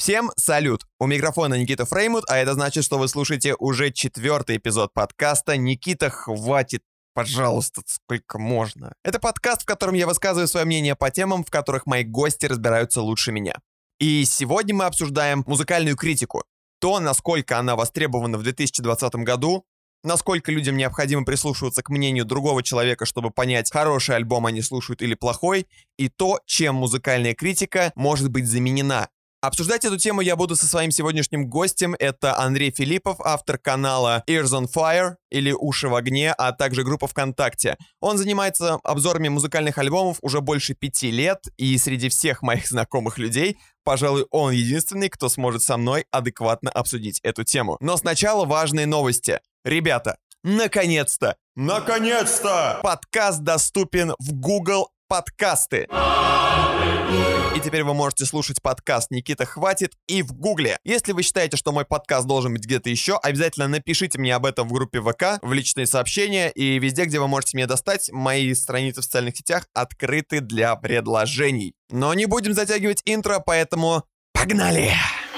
Всем салют! У микрофона Никита Фреймут, а это значит, что вы слушаете уже 4-й эпизод подкаста «Никита, хватит, пожалуйста, сколько можно». Это подкаст, в котором я высказываю свое мнение по темам, в которых мои гости разбираются лучше меня. И сегодня мы обсуждаем музыкальную критику. То, насколько она востребована в 2020 году, насколько людям необходимо прислушиваться к мнению другого человека, чтобы понять, хороший альбом они слушают или плохой, и то, чем музыкальная критика может быть заменена. Обсуждать эту тему я буду со своим сегодняшним гостем. Это Андрей Филиппов, автор канала Ears on Fire или «Уши в огне», а также группа ВКонтакте. Он занимается обзорами музыкальных альбомов уже больше 5 лет, и среди всех моих знакомых людей, пожалуй, он единственный, кто сможет со мной адекватно обсудить эту тему. Но сначала важные новости. Ребята, наконец-то! Подкаст доступен в Google Подкасты. И теперь вы можете слушать подкаст «Никита, хватит» и в Гугле. Если вы считаете, что мой подкаст должен быть где-то еще, обязательно напишите мне об этом в группе ВК, в личные сообщения и везде, где вы можете меня достать. Мои страницы в социальных сетях открыты для предложений. Но не будем затягивать интро, поэтому погнали!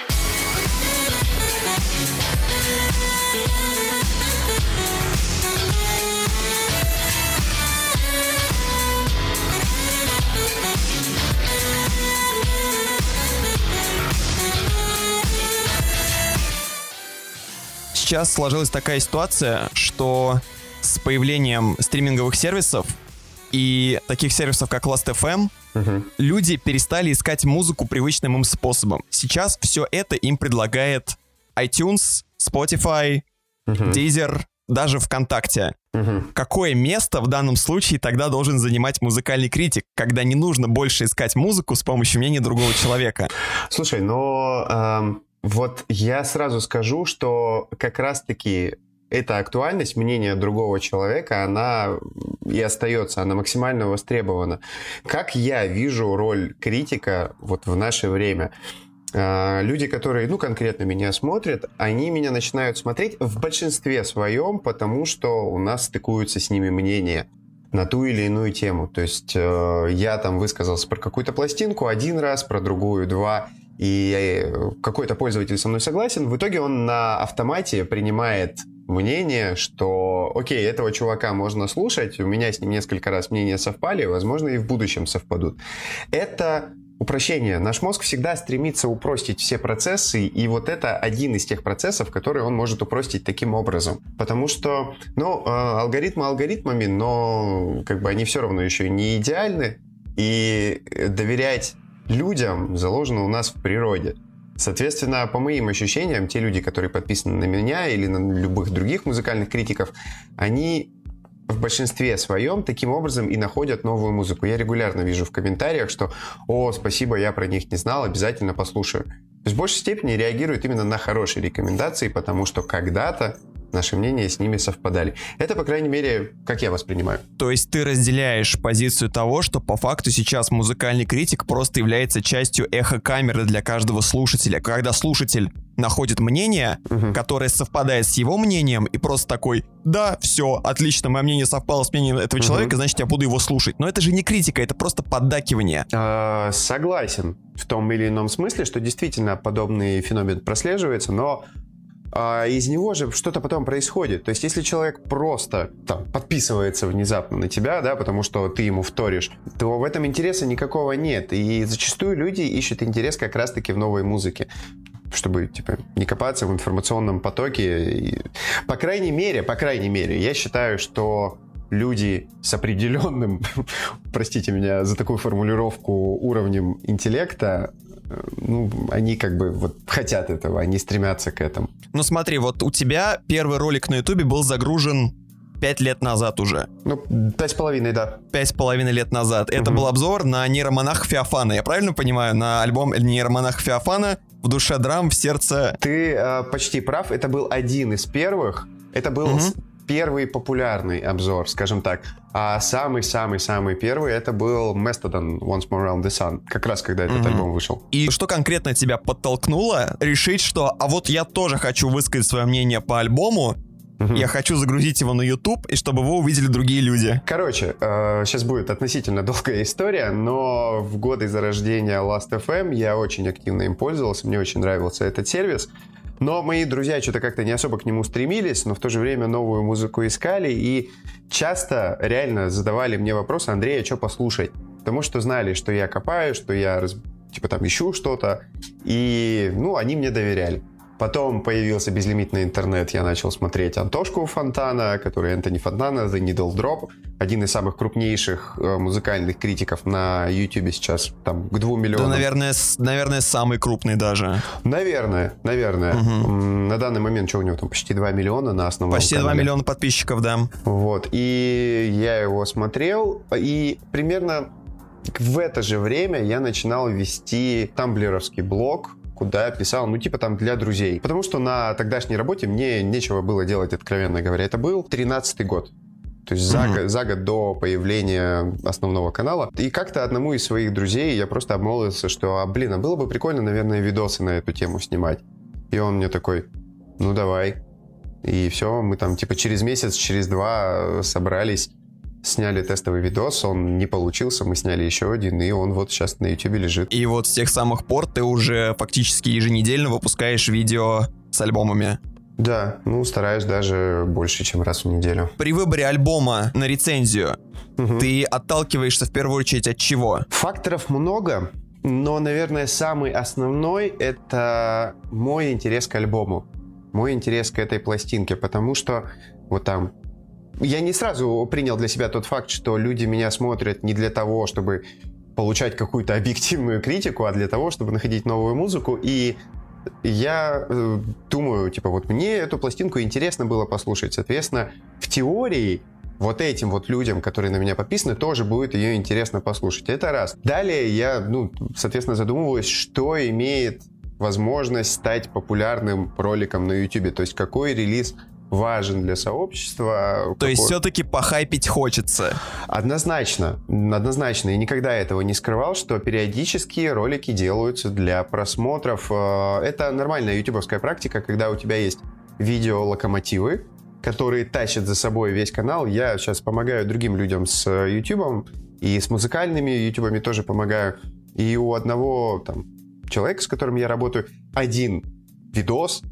Сейчас сложилась такая ситуация, что с появлением стриминговых сервисов и таких сервисов, как Last.fm, люди перестали искать музыку привычным им способом. Сейчас все это им предлагает iTunes, Spotify, Deezer, даже ВКонтакте. Какое место в данном случае тогда должен занимать музыкальный критик, когда не нужно больше искать музыку с помощью мнения другого человека? Слушай, но... Вот я сразу скажу, что как раз-таки эта актуальность мнения другого человека, она и остается, она максимально востребована. Как я вижу роль критика вот в наше время? Люди, которые, конкретно меня смотрят, они меня начинают смотреть в большинстве своем, потому что у нас стыкуются с ними мнения на ту или иную тему. То есть я там высказался про какую-то пластинку один раз, про другую два, и какой-то пользователь со мной согласен, в итоге он на автомате принимает мнение, что окей, этого чувака можно слушать, у меня с ним несколько раз мнения совпали, возможно, и в будущем совпадут. Это упрощение. Наш мозг всегда стремится упростить все процессы, и вот это один из тех процессов, которые он может упростить таким образом. Потому что, алгоритмы алгоритмами, но они все равно еще не идеальны, и доверять людям заложено у нас в природе. Соответственно, по моим ощущениям, те люди, которые подписаны на меня или на любых других музыкальных критиков, они в большинстве своем таким образом и находят новую музыку. Я регулярно вижу в комментариях, что «О, спасибо, я про них не знал, обязательно послушаю». То есть в большей степени реагируют именно на хорошие рекомендации, потому что когда-то наши мнения с ними совпадали. Это, по крайней мере, как я воспринимаю. То есть ты разделяешь позицию того, что по факту сейчас музыкальный критик просто является частью эхокамеры для каждого слушателя. Когда слушатель находит мнение, которое совпадает с его мнением, и просто такой: да, все, отлично, мое мнение совпало с мнением этого человека, значит, я буду его слушать. Но это же не критика, это просто поддакивание. Согласен в том или ином смысле, что действительно подобный феномен прослеживается, но из него же что-то потом происходит. То есть, если человек просто подписывается внезапно на тебя, да, потому что ты ему вторишь, то в этом интереса никакого нет. И зачастую люди ищут интерес как раз-таки в новой музыке, чтобы, не копаться в информационном потоке. И, по крайней мере, я считаю, что люди с определенным, простите меня за такую формулировку, уровнем интеллекта, они хотят этого, они стремятся к этому. Ну смотри, вот у тебя первый ролик на Ютубе был загружен 5 лет назад уже. 5,5, да. 5,5 лет назад. Это был обзор на «Нейромонах» Феофана. Я правильно понимаю? На альбом «Нейромонах» Феофана «В душе драм, в сердце...» Ты почти прав. Это был один из первых. Это был первый популярный обзор, скажем так. А самый-самый-самый первый это был Mastodon Once More Around the Sun. Как раз когда этот альбом вышел. И что конкретно тебя подтолкнуло решить, что вот я тоже хочу высказать свое мнение по альбому, Я хочу загрузить его на YouTube, и чтобы его увидели другие люди. Короче, сейчас будет относительно долгая история, но в годы зарождения Last.fm я очень активно им пользовался, мне очень нравился этот сервис. Но мои друзья что-то как-то не особо к нему стремились, но в то же время новую музыку искали и часто реально задавали мне вопросы: Андрей, а что послушать? Потому что знали, что я копаю, что я типа там ищу что-то, и они мне доверяли. Потом появился безлимитный интернет, я начал смотреть Антошку Фонтана, который Энтони Фонтана, The Needle Drop, один из самых крупнейших музыкальных критиков на YouTube сейчас, там, к 2 миллионам. Да, наверное, самый крупный даже. Наверное. Угу. На данный момент, что у него там, почти 2 миллиона на основном почти канале. 2 миллиона подписчиков, да. Вот, и я его смотрел, и примерно в это же время я начинал вести тамблеровский блог, куда писал, там для друзей. Потому что на тогдашней работе мне нечего было делать, откровенно говоря. Это был 13-й год. То есть за год до появления основного канала. И как-то одному из своих друзей я просто обмолвился, что, было бы прикольно, наверное, видосы на эту тему снимать. И он мне такой: давай. И все, мы там через месяц, через 2 собрались, сняли тестовый видос, он не получился, мы сняли еще один, и он вот сейчас на YouTube лежит. И вот с тех самых пор ты уже фактически еженедельно выпускаешь видео с альбомами. Да, стараюсь даже больше, чем раз в неделю. При выборе альбома на рецензию ты отталкиваешься в первую очередь от чего? Факторов много, но, наверное, самый основной — это мой интерес к альбому, мой интерес к этой пластинке, потому что вот там я не сразу принял для себя тот факт, что люди меня смотрят не для того, чтобы получать какую-то объективную критику, а для того, чтобы находить новую музыку. И я думаю, мне эту пластинку интересно было послушать. Соответственно, в теории вот этим вот людям, которые на меня подписаны, тоже будет ее интересно послушать. Это раз. Далее я, соответственно, задумываюсь, что имеет возможность стать популярным роликом на YouTube. То есть какой релиз важен для сообщества. То есть все-таки похайпить хочется. Однозначно. И никогда этого не скрывал, что периодически ролики делаются для просмотров. Это нормальная ютубовская практика, когда у тебя есть видео-локомотивы, которые тащат за собой весь канал. Я сейчас помогаю другим людям с ютубом, и с музыкальными ютубами тоже помогаю. И у одного человека, с которым я работаю, один видос,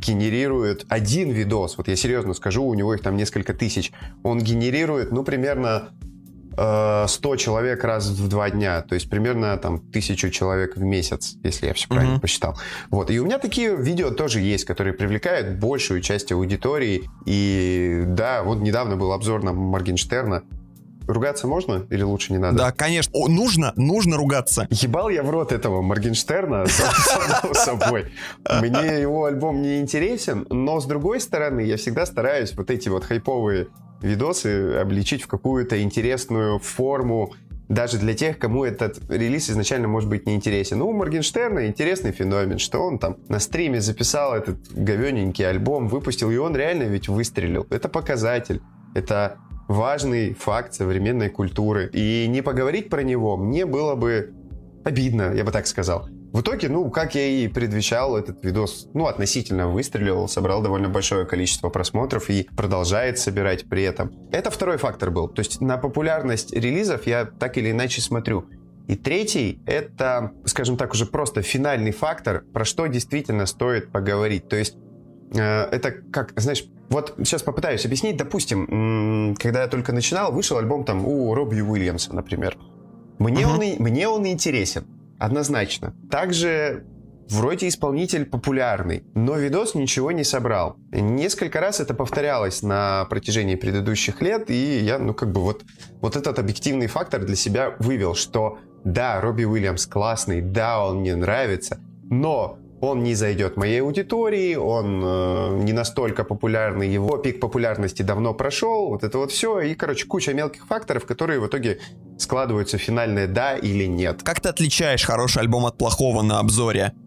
вот я серьезно скажу, у него их там несколько тысяч, он генерирует, примерно 100 человек раз в 2 дня, то есть примерно 1000 человек в месяц, если я все правильно посчитал. Вот, и у меня такие видео тоже есть, которые привлекают большую часть аудитории, и да, вот недавно был обзор на Моргенштерна. Ругаться можно или лучше не надо? Да, конечно. Нужно ругаться. Ебал я в рот этого Моргенштерна, само собой. Мне его альбом не интересен, но с другой стороны, я всегда стараюсь вот эти вот хайповые видосы обличить в какую-то интересную форму, даже для тех, кому этот релиз изначально может быть не интересен. У Моргенштерна интересный феномен, что он там на стриме записал этот говененький альбом, выпустил, и он реально ведь выстрелил. Это показатель. Это важный факт современной культуры. И не поговорить про него мне было бы обидно, я бы так сказал. В итоге, как я и предвещал, этот видос, относительно выстрелил, собрал довольно большое количество просмотров и продолжает собирать при этом. Это второй фактор был. То есть на популярность релизов я так или иначе смотрю. И третий — это, скажем так, уже просто финальный фактор, про что действительно стоит поговорить. То есть это как, знаешь, вот сейчас попытаюсь объяснить. Допустим, когда я только начинал, вышел альбом у Робби Уильямса, например. Мне он интересен, однозначно. Также вроде исполнитель популярный, но видос ничего не собрал. Несколько раз это повторялось на протяжении предыдущих лет, и я, вот этот объективный фактор для себя вывел, что да, Робби Уильямс классный, да, он мне нравится, но он не зайдет моей аудитории, он не настолько популярный, его пик популярности давно прошел, вот это вот все, и, куча мелких факторов, которые в итоге складываются в финальное «да» или «нет». Как ты отличаешь хороший альбом от плохого на обзоре?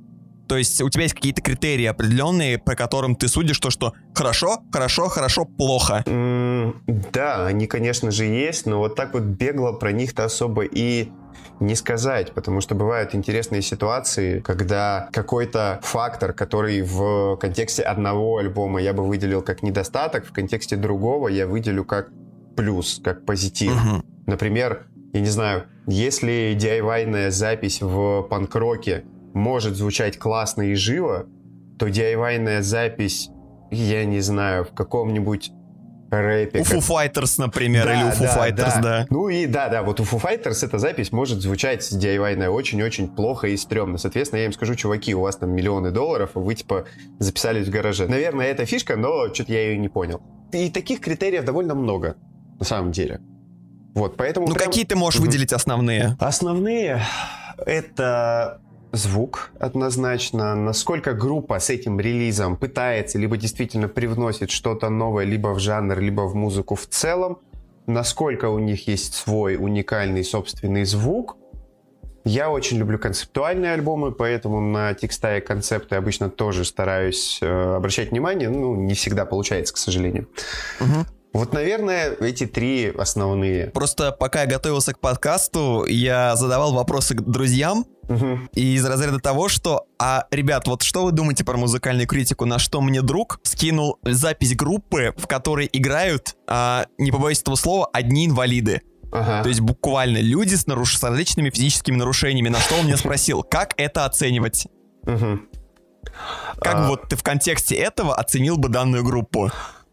То есть у тебя есть какие-то критерии определенные, по которым ты судишь то, что хорошо, хорошо, хорошо, плохо. Да, они, конечно же, есть, но вот так вот бегло про них-то особо и не сказать, потому что бывают интересные ситуации, когда какой-то фактор, который в контексте одного альбома я бы выделил как недостаток, в контексте другого я выделю как плюс, как позитив. Например, я не знаю, если DIY-ная запись в панк-роке может звучать классно и живо, то DIY-ная запись, я не знаю, в каком-нибудь рэпе. У Foo Fighters, например, или у Foo Fighters, да. Ну и да, вот у Foo Fighters эта запись может звучать DIY-ная очень-очень плохо и стрёмно. Соответственно, я им скажу: чуваки, у вас там миллионы долларов, а вы типа записались в гараже. Наверное, это фишка, но что-то я ее не понял. И таких критериев довольно много, на самом деле. Вот, поэтому... Ну, какие ты можешь выделить основные? Основные — это звук, однозначно. Насколько группа с этим релизом пытается, либо действительно привносит что-то новое, либо в жанр, либо в музыку в целом. Насколько у них есть свой уникальный собственный звук. Я очень люблю концептуальные альбомы, поэтому на текста и концепты обычно тоже стараюсь обращать внимание. Ну, не всегда получается, к сожалению. Вот, наверное, эти три основные. Просто пока я готовился к подкасту, я задавал вопросы к друзьям. И из разряда того, что, ребят, вот что вы думаете про музыкальную критику? На что мне друг скинул запись группы, в которой играют, не побоюсь этого слова, одни инвалиды. То есть буквально люди с различными физическими нарушениями. На что он меня спросил, как это оценивать? Как вот ты в контексте этого оценил бы данную группу?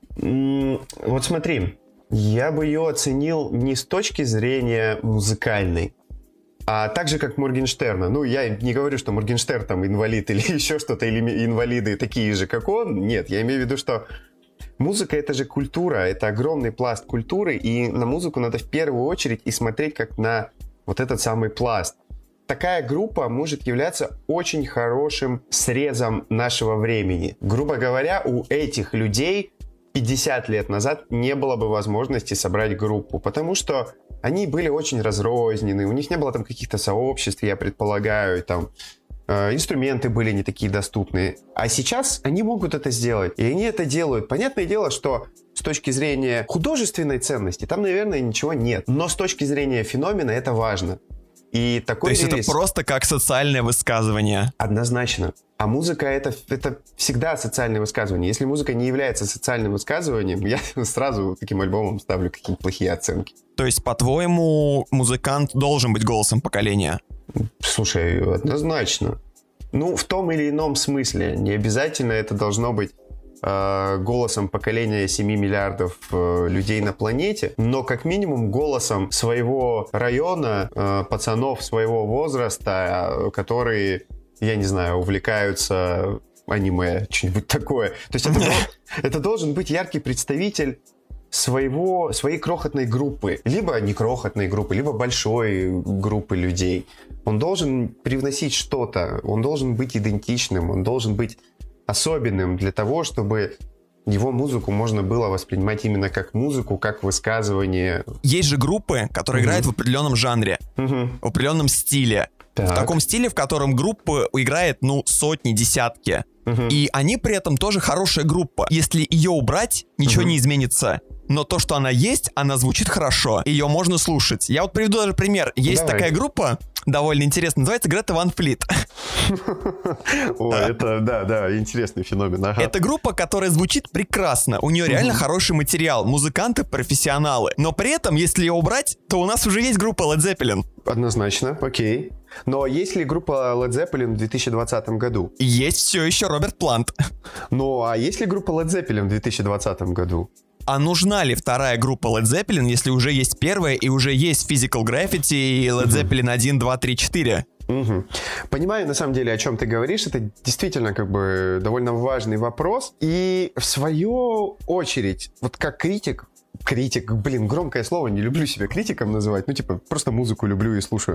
Вот смотри, я бы ее оценил не с точки зрения музыкальной, а так же, как Моргенштерна. Ну, я не говорю, что Моргенштерн там инвалид или еще что-то, или инвалиды такие же, как он. Нет, я имею в виду, что музыка — это же культура, это огромный пласт культуры, и на музыку надо в первую очередь и смотреть как на вот этот самый пласт. Такая группа может являться очень хорошим срезом нашего времени. Грубо говоря, у этих людей 50 лет назад не было бы возможности собрать группу, потому что они были очень разрознены, у них не было там каких-то сообществ, я предполагаю, и там инструменты были не такие доступные. А сейчас они могут это сделать, и они это делают. Понятное дело, что с точки зрения художественной ценности там, наверное, ничего нет, но с точки зрения феномена это важно. И такой То есть это просто как социальное высказывание? Однозначно. А музыка — это всегда социальное высказывание. Если музыка не является социальным высказыванием, я сразу таким альбомом ставлю какие-то плохие оценки. То есть, по-твоему, музыкант должен быть голосом поколения? Слушай, однозначно. Ну, в том или ином смысле. Не обязательно это должно быть голосом поколения 7 миллиардов людей на планете, но как минимум голосом своего района, пацанов своего возраста, которые, я не знаю, увлекаются аниме, что-нибудь такое. То есть это должен быть яркий представитель своей крохотной группы, либо не крохотной группы, либо большой группы людей. Он должен привносить что-то, он должен быть идентичным, он должен быть особенным для того, чтобы его музыку можно было воспринимать именно как музыку, как высказывание. Есть же группы, которые играют в определенном жанре, в определенном стиле. Так. В таком стиле, в котором группа играет, сотни, десятки. И они при этом тоже хорошая группа. Если ее убрать, ничего не изменится. Но то, что она есть, она звучит хорошо. Ее можно слушать. Я вот приведу даже пример. Есть такая группа, довольно интересная, называется Грета Ван Флит. О, это, да, интересный феномен. Ага. Это группа, которая звучит прекрасно. У нее реально хороший материал. Музыканты профессионалы. Но при этом, если ее убрать, то у нас уже есть группа Led Zeppelin. Однозначно, окей. Но есть ли группа Led Zeppelin в 2020 году? Есть все еще Роберт Плант. Ну, а есть ли группа Led Zeppelin в 2020 году? А нужна ли вторая группа Led Zeppelin, если уже есть первая и уже есть Physical Graffiti и Led Zeppelin 1, 2, 3, 4? Понимаю, на самом деле, о чем ты говоришь. Это действительно как бы довольно важный вопрос. И в свою очередь, вот как критик, критик, громкое слово, не люблю себя критиком называть, просто музыку люблю и слушаю.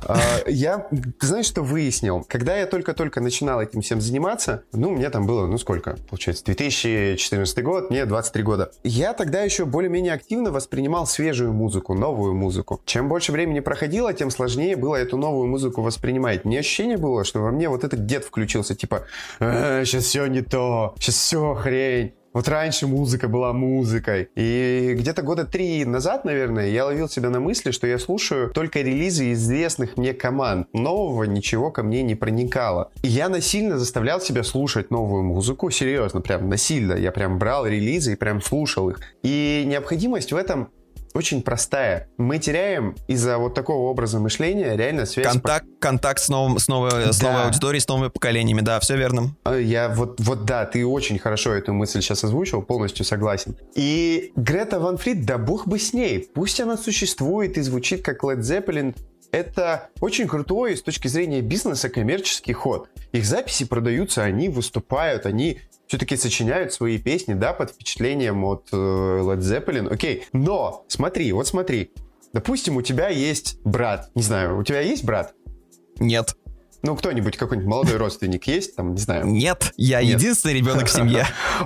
Ты знаешь, что выяснил? Когда я только-только начинал этим всем заниматься, мне там было, сколько, получается, 2014 год, мне 23 года. Я тогда еще более-менее активно воспринимал свежую музыку, новую музыку. Чем больше времени проходило, тем сложнее было эту новую музыку воспринимать. Мне ощущение было, что во мне вот этот дед включился, сейчас все не то, сейчас все хрень. Вот раньше музыка была музыкой. И где-то года 3 назад, наверное, я ловил себя на мысли, что я слушаю только релизы известных мне команд. Нового ничего ко мне не проникало. И я насильно заставлял себя слушать новую музыку. Серьезно, прям насильно. Я прям брал релизы и прям слушал их. И необходимость в этом очень простая. Мы теряем из-за вот такого образа мышления реально связь... Контакт с новой аудиторией, с новыми поколениями, да, все верно. Я да, ты очень хорошо эту мысль сейчас озвучил, полностью согласен. И Грета Ван Флит, да бог бы с ней, пусть она существует и звучит как Led Zeppelin, это очень крутой с точки зрения бизнеса коммерческий ход. Их записи продаются, они выступают, они все-таки сочиняют свои песни, да, под впечатлением от Led Zeppelin. Окей, но смотри. Допустим, у тебя есть брат. Не знаю, у тебя есть брат? Нет. Кто-нибудь, какой-нибудь молодой родственник есть? Там, не знаю. Нет, я единственный ребенок в семье.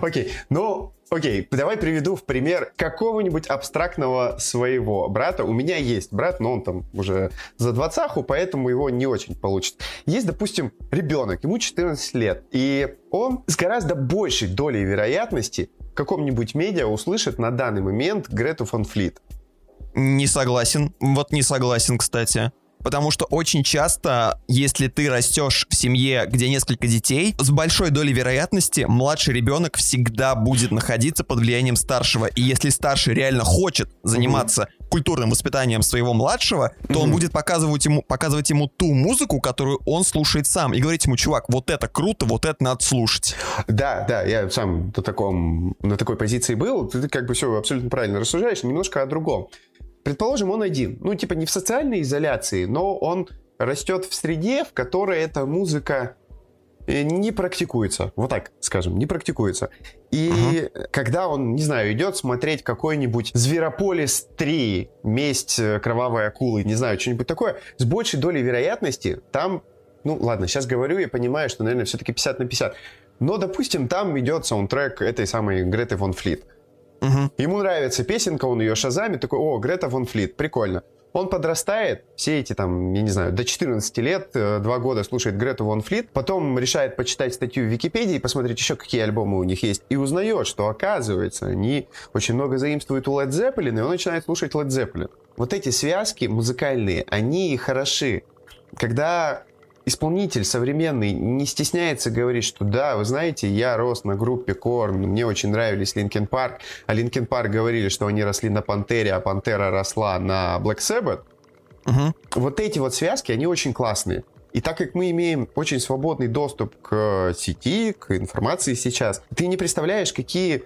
Окей, давай приведу в пример какого-нибудь абстрактного своего брата. У меня есть брат, но он там уже за 20-ху, поэтому его не очень получится. Есть, допустим, ребенок, ему 14 лет, и он с гораздо большей долей вероятности в каком-нибудь медиа услышит на данный момент Грету Ван Флит. Не согласен. Не согласен, кстати. Потому что очень часто, если ты растешь в семье, где несколько детей, с большой долей вероятности младший ребенок всегда будет находиться под влиянием старшего. И если старший реально хочет заниматься культурным воспитанием своего младшего, то он будет показывать ему ту музыку, которую он слушает сам. И говорить ему: чувак, вот это круто, вот это надо слушать. Да, я сам на такой позиции был. Ты все абсолютно правильно рассуждаешь, немножко о другом. Предположим, он один. Не в социальной изоляции, но он растет в среде, в которой эта музыка не практикуется. Вот так скажем, не практикуется. И когда он, не знаю, идет смотреть какой-нибудь Зверополис 3, Месть кровавой акулы, не знаю, что-нибудь такое, с большей долей вероятности там, ладно, сейчас говорю, я понимаю, что, наверное, все-таки 50/50. Но, допустим, там идет саундтрек этой самой Греты Ван Флит. Ему нравится песенка, он ее шазамит, такой: о, Грета Ван Флит, прикольно. Он подрастает, все эти там, я не знаю, до 14 лет, 2 года слушает Грету Ван Флит, потом решает почитать статью в Википедии, посмотреть еще, какие альбомы у них есть, и узнает, что, оказывается, они очень много заимствуют у Led Zeppelin, и он начинает слушать Led Zeppelin. Вот эти связки музыкальные, они хороши. Когда исполнитель современный не стесняется говорить, что да, вы знаете, я рос на группе Korn, мне очень нравились Linkin Park, а Linkin Park говорили, что они росли на Пантере, а Пантера росла на Black Sabbath. Вот эти вот связки, они очень классные. И так как мы имеем очень свободный доступ к сети, к информации сейчас, ты не представляешь, какие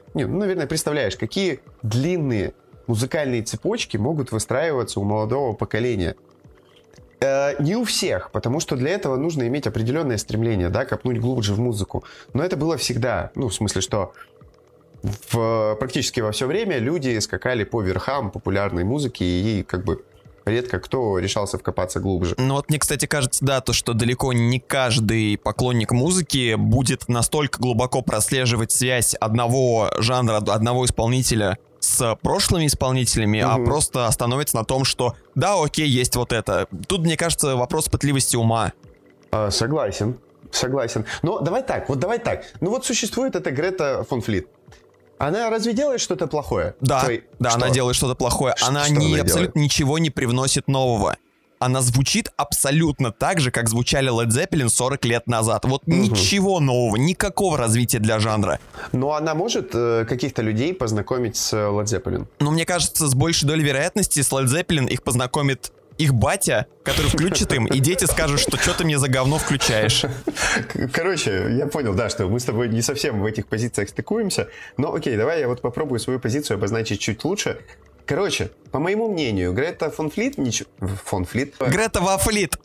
длинные музыкальные цепочки могут выстраиваться у молодого поколения. Не у всех, потому что для этого нужно иметь определенное стремление, да, копнуть глубже в музыку. Но это было всегда. В смысле, что практически во все время люди скакали по верхам популярной музыки, и редко кто решался вкопаться глубже. Мне, кстати, кажется, да, то, что далеко не каждый поклонник музыки будет настолько глубоко прослеживать связь одного жанра, одного исполнителя с прошлыми исполнителями, а просто остановится на том, что да, окей, есть вот это. Тут, мне кажется, вопрос пытливости ума. Согласен. Но давай так. Существует эта Грета Ван Флит. Она разве делает что-то плохое? Да, она делает что-то плохое. Она абсолютно ничего не привносит нового. Она звучит абсолютно так же, как звучали Led Zeppelin 40 лет назад. Ничего нового, никакого развития для жанра. Но она может каких-то людей познакомить с Led Zeppelin? Мне кажется, с большей долей вероятности с Led Zeppelin их познакомит их батя, который включит им, и дети скажут, что ты мне за говно включаешь. Короче, я понял, да, что мы с тобой не совсем в этих позициях стыкуемся. Но окей, давай я попробую свою позицию обозначить чуть лучше. Короче, по моему мнению, Грета Ван Флит... Грета Ван Флит.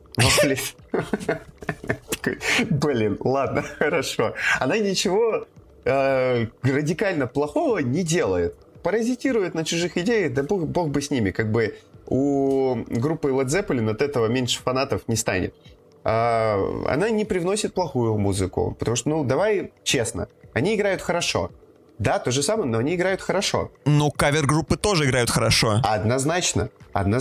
Блин, ладно, хорошо. Она ничего радикально плохого не делает. паразитирует на чужих идеях, да бог бы с ними. Как бы у группы Led Zeppelin от этого меньше фанатов не станет. Она не привносит плохую музыку, потому что, ну, давай честно, они играют хорошо. Да, то же самое, но они играют хорошо. Ну, кавер-группы тоже играют хорошо. Однозначно.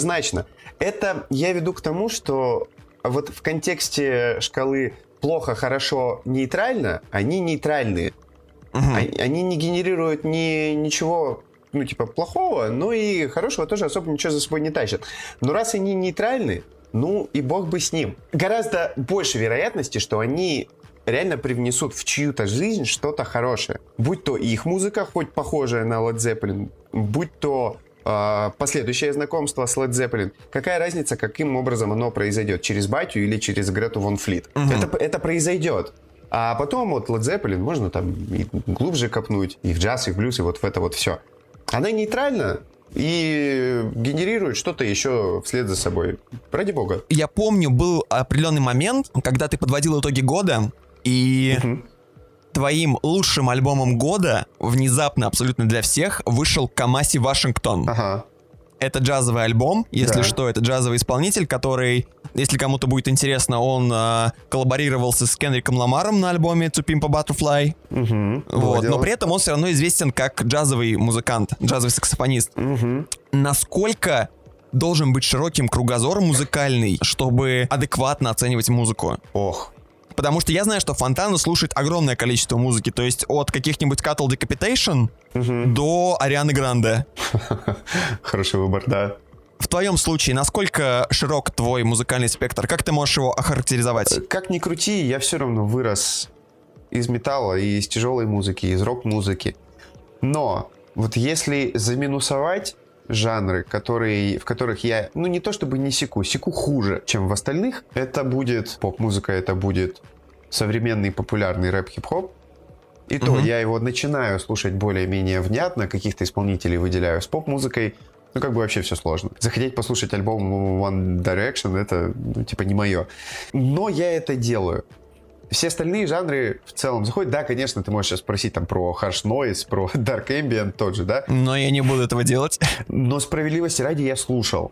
Это я веду к тому, что вот в контексте шкалы плохо, хорошо, нейтрально, они нейтральные. Они не генерируют ничего, ну, типа, плохого, но и хорошего тоже особо ничего за собой не тащат. Но раз они нейтральны, ну и бог бы с ним. Гораздо больше вероятности, что они реально привнесут в чью-то жизнь что-то хорошее. Будь то их музыка, хоть похожая на Led Zeppelin, будь то последующее знакомство с Led Zeppelin. Какая разница, каким образом оно произойдет? Через батю или через Грету Ван Флит? Это произойдет. А потом вот Led Zeppelin можно там и глубже копнуть, и в джаз, и в блюз, и вот в это вот все. Она нейтральна и генерирует что-то еще вслед за собой. Ради бога. Я помню, был определенный момент, когда ты подводил итоги года, и твоим лучшим альбомом года внезапно, абсолютно для всех, вышел Камаси Вашингтон. Ага. Это джазовый альбом, если что, это джазовый исполнитель, который, если кому-то будет интересно, он коллаборировался с Кендриком Ламаром на альбоме To Pimp a Butterfly. Вот. Но при этом он все равно известен как джазовый музыкант, джазовый саксофонист. Насколько должен быть широким кругозор музыкальный, чтобы адекватно оценивать музыку? Ох. Потому что я знаю, что Фонтана слушает огромное количество музыки, то есть от каких-нибудь Cattle Decapitation до Арианы Гранде. Хороший выбор, да. В твоем случае, насколько широк твой музыкальный спектр? Как ты можешь его охарактеризовать? Как ни крути, я все равно вырос из металла, и из тяжелой музыки, из рок-музыки. Но вот если заминусовать жанры, в которых я, ну не то чтобы не секу хуже, чем в остальных, это будет поп-музыка, это будет современный популярный рэп-хип-хоп. И то я его начинаю слушать более-менее внятно, каких-то исполнителей выделяю. С поп-музыкой, ну как бы вообще все сложно. Захотеть послушать альбом One Direction, это, ну, типа не мое. Но я это делаю. Все остальные жанры в целом заходят. Да, конечно, ты можешь сейчас спросить там про Harsh Noise, про Dark Ambient тот же, да? Но я не буду этого делать. Но справедливости ради я слушал.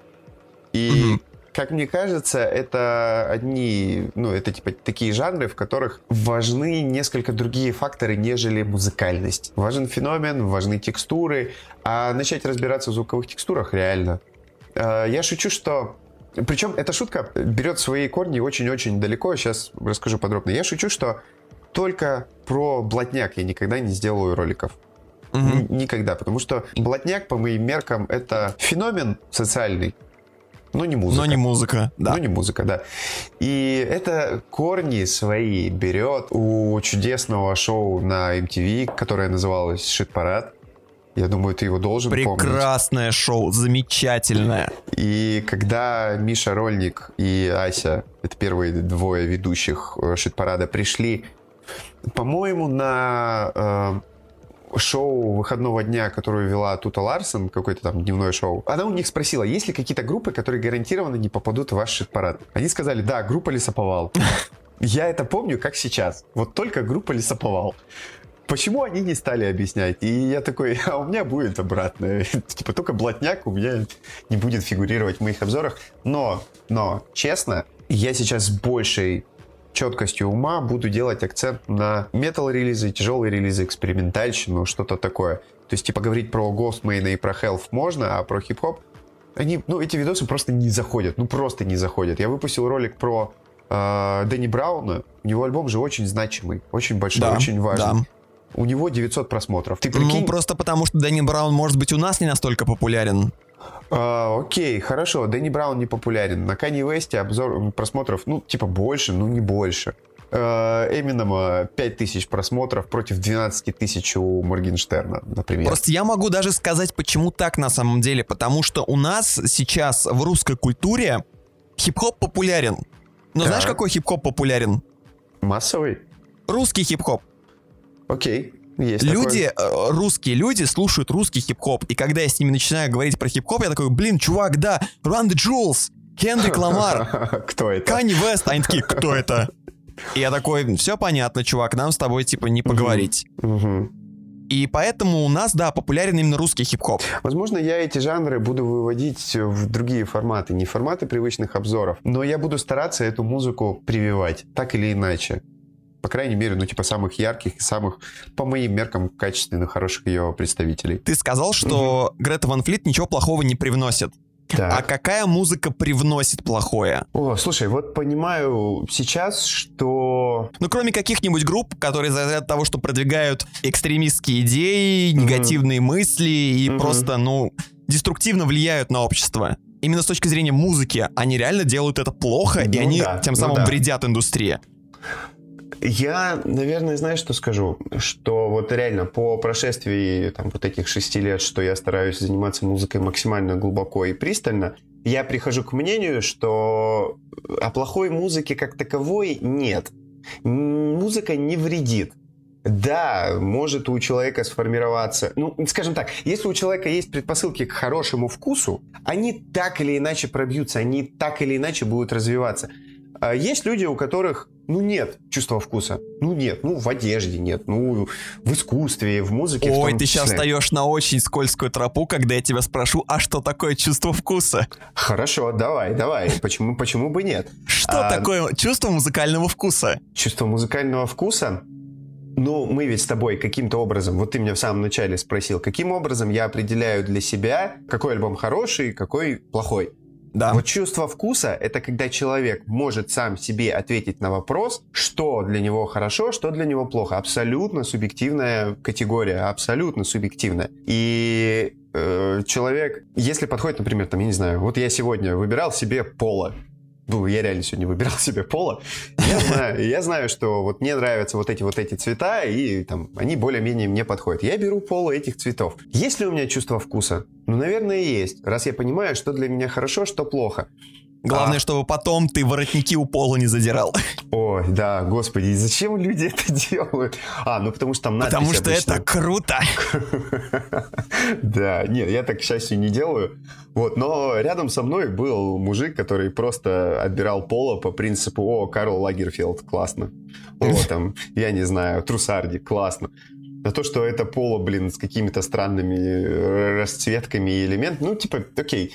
И, как мне кажется, это это типа такие жанры, в которых важны несколько другие факторы, нежели музыкальность. Важен феномен, важны текстуры. А начать разбираться в звуковых текстурах реально. Я шучу, что... Причем эта шутка берет свои корни очень-очень далеко. Сейчас расскажу подробно. Я шучу, что только про блатняк я никогда не сделаю роликов. Никогда. Потому что блатняк, по моим меркам, это феномен социальный, но не музыка. Но не музыка, да. Но не музыка, да. И это корни свои берет у чудесного шоу на MTV, которое называлось «Шит-парад». Я думаю, ты его должен помнить. Прекрасное шоу, замечательное. И когда Миша Рольник и Ася, это первые двое ведущих «Шит-парада», пришли, по-моему, на шоу выходного дня, которую вела Тута Ларсон, какое-то там дневное шоу, она у них спросила, есть ли какие-то группы, которые гарантированно не попадут в ваш «Шит-парад». Они сказали, да, группа «Лесоповал». Я это помню, как сейчас. Вот только группа «Лесоповал». Почему они не стали объяснять? И я такой, а у меня будет обратное. Типа только блатняк у меня не будет фигурировать в моих обзорах. Но, честно, я сейчас с большей четкостью ума буду делать акцент на метал-релизы, тяжелые релизы, экспериментальщину, что-то такое. То есть, типа, говорить про Ghostman и про Health можно, а про хип-хоп, эти видосы просто не заходят. Просто не заходят. Я выпустил ролик про Дэнни Брауна. У него альбом же очень значимый, очень большой, да, очень важный. Да. У него 900 просмотров. Ты прикинь? Ну, просто потому, что Дэнни Браун, может быть, у нас не настолько популярен. Окей, хорошо. Дэнни Браун не популярен. На Канье Уэсте обзор просмотров, больше, не больше. Эминема 5000 просмотров против 12 тысяч у Моргенштерна, например. Просто я могу даже сказать, почему так на самом деле. Потому что у нас сейчас в русской культуре хип-хоп популярен. Но знаешь, какой хип-хоп популярен? Массовый? Русский хип-хоп. Окей, есть люди, такое. Русские люди слушают русский хип-хоп. И когда я с ними начинаю говорить про хип-хоп, я такой, чувак, да, Run the Jewels, Кендрик Ламар. Кто это? Канье Уэст. Они такие, кто это? И я такой, все понятно, чувак, нам с тобой, не поговорить. И поэтому у нас, да, популярен именно русский хип-хоп. Возможно, я эти жанры буду выводить в другие форматы, не форматы привычных обзоров, но я буду стараться эту музыку прививать, так или иначе. По крайней мере, самых ярких и самых, по моим меркам, качественных, хороших ее представителей. Ты сказал, что Грета Ван Флит ничего плохого не привносит. Так. А какая музыка привносит плохое? О, слушай, вот понимаю сейчас, что... Ну, кроме каких-нибудь групп, которые из-за того, что продвигают экстремистские идеи, негативные мысли и просто, деструктивно влияют на общество. Именно с точки зрения музыки они реально делают это плохо, и они тем самым вредят индустрии. Я, наверное, знаешь, что скажу? Что вот реально по прошествии вот этих 6 лет, что я стараюсь заниматься музыкой максимально глубоко и пристально, я прихожу к мнению, что о плохой музыке как таковой нет. Музыка не вредит. Да, может у человека сформироваться... скажем так, если у человека есть предпосылки к хорошему вкусу, они так или иначе пробьются, они так или иначе будут развиваться. Есть люди, у которых, нет чувства вкуса. Нет, в одежде нет, в искусстве, в музыке. Ой, ты сейчас встаешь на очень скользкую тропу, когда я тебя спрошу, а что такое чувство вкуса? Хорошо, давай. Почему бы нет? Что такое чувство музыкального вкуса? Чувство музыкального вкуса? Мы ведь с тобой каким-то образом, вот ты меня в самом начале спросил, каким образом я определяю для себя, какой альбом хороший, какой плохой. Да. Вот чувство вкуса — это когда человек может сам себе ответить на вопрос, что для него хорошо, что для него плохо. Абсолютно субъективная категория, абсолютно субъективная. И человек, если подходит, например, я не знаю, вот я сегодня выбирал себе поло. Я реально сегодня выбирал себе поло. Я знаю, что вот мне нравятся вот эти цвета, и они более-менее мне подходят. Я беру поло этих цветов. Есть ли у меня чувство вкуса? Наверное, есть. Раз я понимаю, что для меня хорошо, что плохо. Главное, чтобы потом ты воротники у пола не задирал. Ой, да, господи, и зачем люди это делают? Потому что там надпись Потому что обычно. это круто. Да, нет, я так, к счастью, не делаю. Но рядом со мной был мужик, который просто отбирал поло по принципу: Карл Лагерфельд, классно. Я не знаю, Трусарди, классно. На то, что это поло, с какими-то странными расцветками и элементами, окей.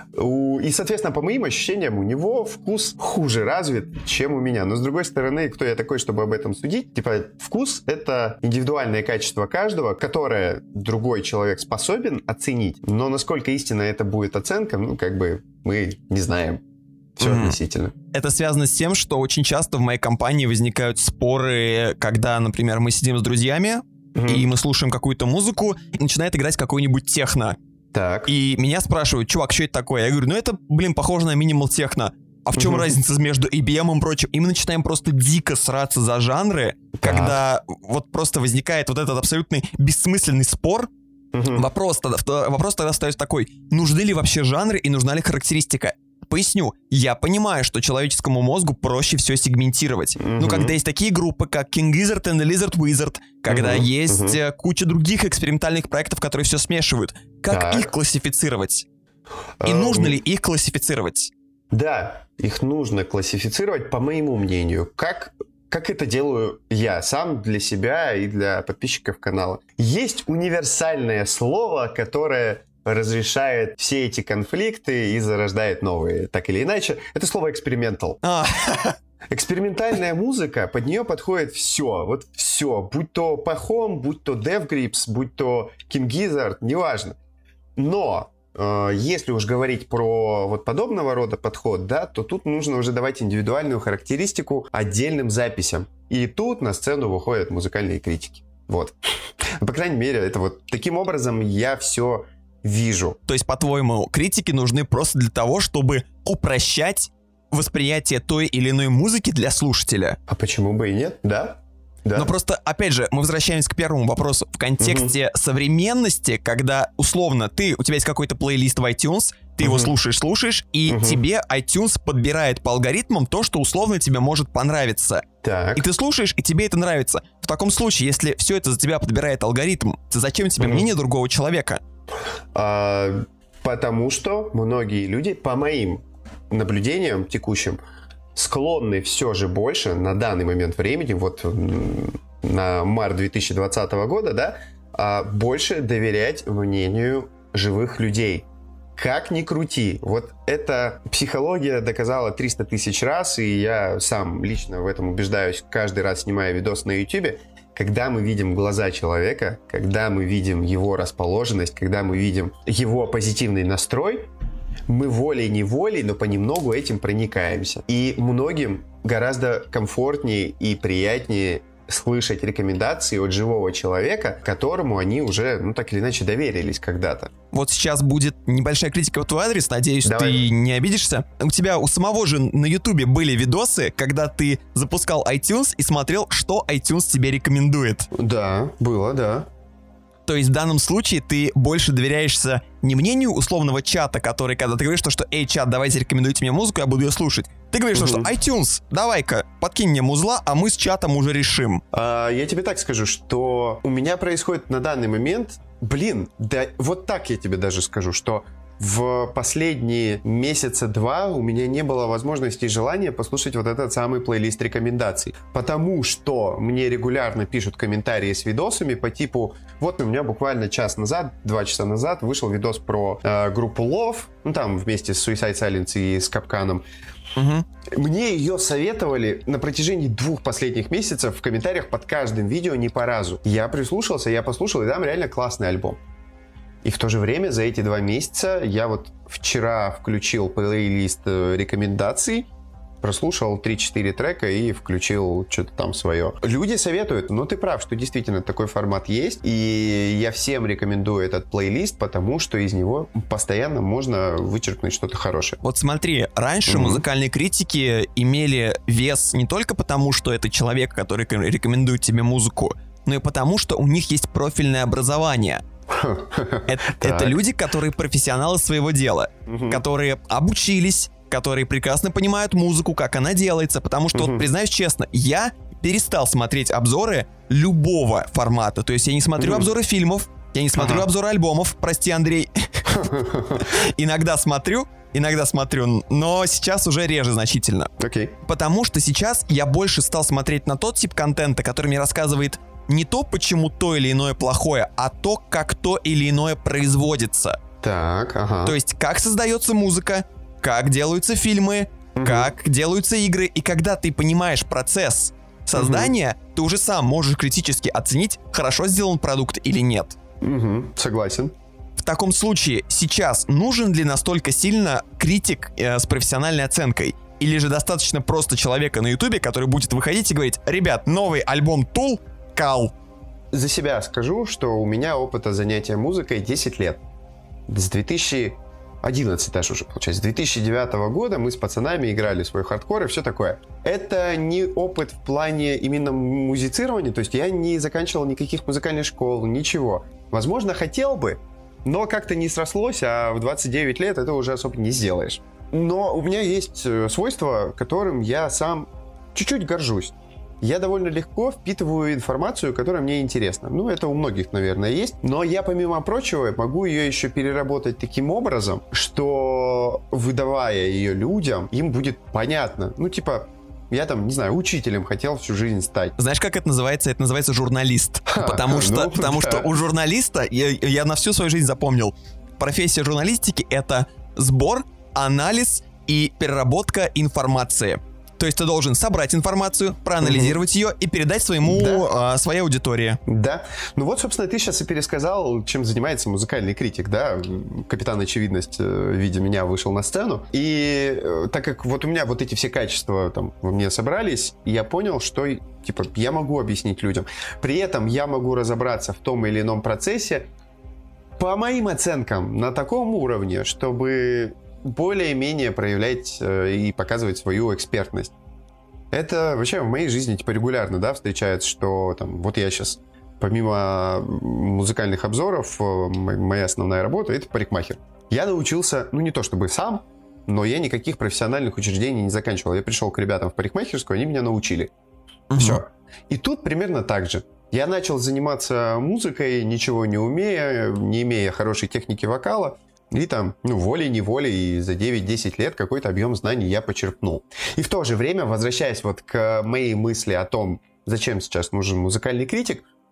И, соответственно, по моим ощущениям, у него вкус хуже развит, чем у меня. Но, с другой стороны, кто я такой, чтобы об этом судить? Вкус — это индивидуальное качество каждого, которое другой человек способен оценить. Но насколько истинно это будет оценка, мы не знаем. Все относительно. Это связано с тем, что очень часто в моей компании возникают споры, когда, например, мы сидим с друзьями, и мы слушаем какую-то музыку, и начинает играть какой-нибудь техно. Так. И меня спрашивают: чувак, что это такое? Я говорю: это, похоже на минимал техно. А в чем разница между EBM и прочим? И мы начинаем просто дико сраться за жанры, когда просто возникает этот абсолютно бессмысленный спор. Вопрос тогда остается такой: нужны ли вообще жанры и нужна ли характеристика? Поясню. Я понимаю, что человеческому мозгу проще все сегментировать. Но когда есть такие группы, как King Gizzard and the Lizard Wizard, когда есть куча других экспериментальных проектов, которые все смешивают, как их классифицировать? И нужно ли их классифицировать? Да, их нужно классифицировать, по моему мнению. Как это делаю я сам для себя и для подписчиков канала. Есть универсальное слово, которое разрешает все эти конфликты и зарождает новые, так или иначе. Это слово «экспериментал». Экспериментальная музыка, под нее подходит все. Все. Будь то Pahom, будь то Death Grips, будь то King Gizzard, неважно. Но если уж говорить про подобного рода подход, то тут нужно уже давать индивидуальную характеристику отдельным записям. И тут на сцену выходят музыкальные критики. По крайней мере, это таким образом я все вижу. То есть, по-твоему, критики нужны просто для того, чтобы упрощать восприятие той или иной музыки для слушателя? А почему бы и нет? Да. Но просто, опять же, мы возвращаемся к первому вопросу. В контексте современности, когда, условно, у тебя есть какой-то плейлист в iTunes, ты его слушаешь, и тебе iTunes подбирает по алгоритмам то, что условно тебе может понравиться. Так. И ты слушаешь, и тебе это нравится. В таком случае, если все это за тебя подбирает алгоритм, то зачем тебе мнение другого человека? Потому что многие люди, по моим наблюдениям текущим, склонны все же больше на данный момент времени, на март 2020 года, больше доверять мнению живых людей. Как ни крути, вот эта психология доказала 300 тысяч раз, и я сам лично в этом убеждаюсь каждый раз, снимая видос на YouTube. Когда мы видим глаза человека, когда мы видим его расположенность, когда мы видим его позитивный настрой, мы волей-неволей, но понемногу этим проникаемся. И многим гораздо комфортнее и приятнее слышать рекомендации от живого человека, которому они уже, ну, так или иначе доверились когда-то. Вот сейчас будет небольшая критика в твой адрес, надеюсь, Давай. ты не обидишься. У тебя у самого же на Ютубе были видосы, когда ты запускал iTunes и смотрел, что iTunes тебе рекомендует. Да, было, да. То есть в данном случае ты больше доверяешься не мнению условного чата, который, когда ты говоришь, что «Эй, чат, давайте рекомендуйте мне музыку, я буду ее слушать». Ты говоришь, что iTunes, давай-ка, подкинь мне музла, а мы с чатом уже решим. Я тебе так скажу, что у меня происходит на данный момент, да вот так я тебе даже скажу, что в последние месяца 2 у меня не было возможности и желания послушать вот этот самый плейлист рекомендаций. Потому что мне регулярно пишут комментарии с видосами по типу: вот у меня буквально 2 часа назад вышел видос про группу Love, ну там вместе с Suicide Silence и с Капканом. Мне ее советовали на протяжении 2 последних месяцев в комментариях под каждым видео не по разу. Я прислушался, я послушал, и там реально классный альбом. И в то же время за эти 2 месяца я вот вчера включил плейлист рекомендаций, прослушал 3-4 трека и включил что-то там свое. Люди советуют, но ты прав, что действительно такой формат есть, и я всем рекомендую этот плейлист, потому что из него постоянно можно вычеркнуть что-то хорошее. Вот смотри, раньше музыкальные критики имели вес не только потому, что это человек, который рекомендует тебе музыку, но и потому, что у них есть профильное образование. Это люди, которые профессионалы своего дела, которые обучились, которые прекрасно понимают музыку, как она делается, потому что, вот, признаюсь честно, я перестал смотреть обзоры любого формата, то есть я не смотрю обзоры фильмов, я не смотрю обзоры альбомов, прости, Андрей. Иногда смотрю, но сейчас уже реже значительно. Потому что сейчас я больше стал смотреть на тот тип контента, который мне рассказывает не то, почему то или иное плохое, а то, как то или иное производится. То есть, как создается музыка, как делаются фильмы, как делаются игры. И когда ты понимаешь процесс создания, ты уже сам можешь критически оценить, хорошо сделан продукт или нет. Согласен. В таком случае, сейчас нужен ли настолько сильно критик с профессиональной оценкой? Или же достаточно просто человека на Ютубе, который будет выходить и говорить: ребят, новый альбом Tool, кал. За себя скажу, что у меня опыта занятия музыкой 10 лет. С 2011 даже уже, получается. С 2009 года мы с пацанами играли свой хардкор и все такое. Это не опыт в плане именно музицирования, то есть я не заканчивал никаких музыкальных школ, ничего. Возможно, хотел бы, но как-то не срослось, а в 29 лет это уже особо не сделаешь. Но у меня есть свойство, которым я сам чуть-чуть горжусь. Я довольно легко впитываю информацию, которая мне интересна. Ну, это у многих, наверное, есть. Но я, помимо прочего, могу ее еще переработать таким образом, что, выдавая ее людям, им будет понятно. Ну, типа, я там, не знаю, учителем хотел всю жизнь стать. Знаешь, как это называется? Это называется журналист. Потому что у журналиста, я на всю свою жизнь запомнил, профессия журналистики — это сбор, анализ и переработка информации. То есть ты должен собрать информацию, проанализировать ее и передать своей аудитории. Да. Ну вот, собственно, ты сейчас и пересказал, чем занимается музыкальный критик, да? Капитан Очевидность, видя меня, вышел на сцену. И так как вот у меня вот эти все качества там во мне собрались, я понял, что типа я могу объяснить людям. При этом я могу разобраться в том или ином процессе по моим оценкам на таком уровне, чтобы более-менее проявлять и показывать свою экспертность. Это вообще в моей жизни типа регулярно, да, встречается, что там, вот я сейчас, помимо музыкальных обзоров, моя основная работа — это парикмахер. Я научился, ну не то чтобы сам, но я никаких профессиональных учреждений не заканчивал. Я пришел к ребятам в парикмахерскую, они меня научили. Все. И тут примерно так же. Я начал заниматься музыкой, ничего не умея, не имея хорошей техники вокала. И там, волей-неволей за 9-10 лет какой-то объем знаний я почерпнул. И в то же время, возвращаясь вот к моей мысли о том, зачем сейчас нужен музыкальный критик,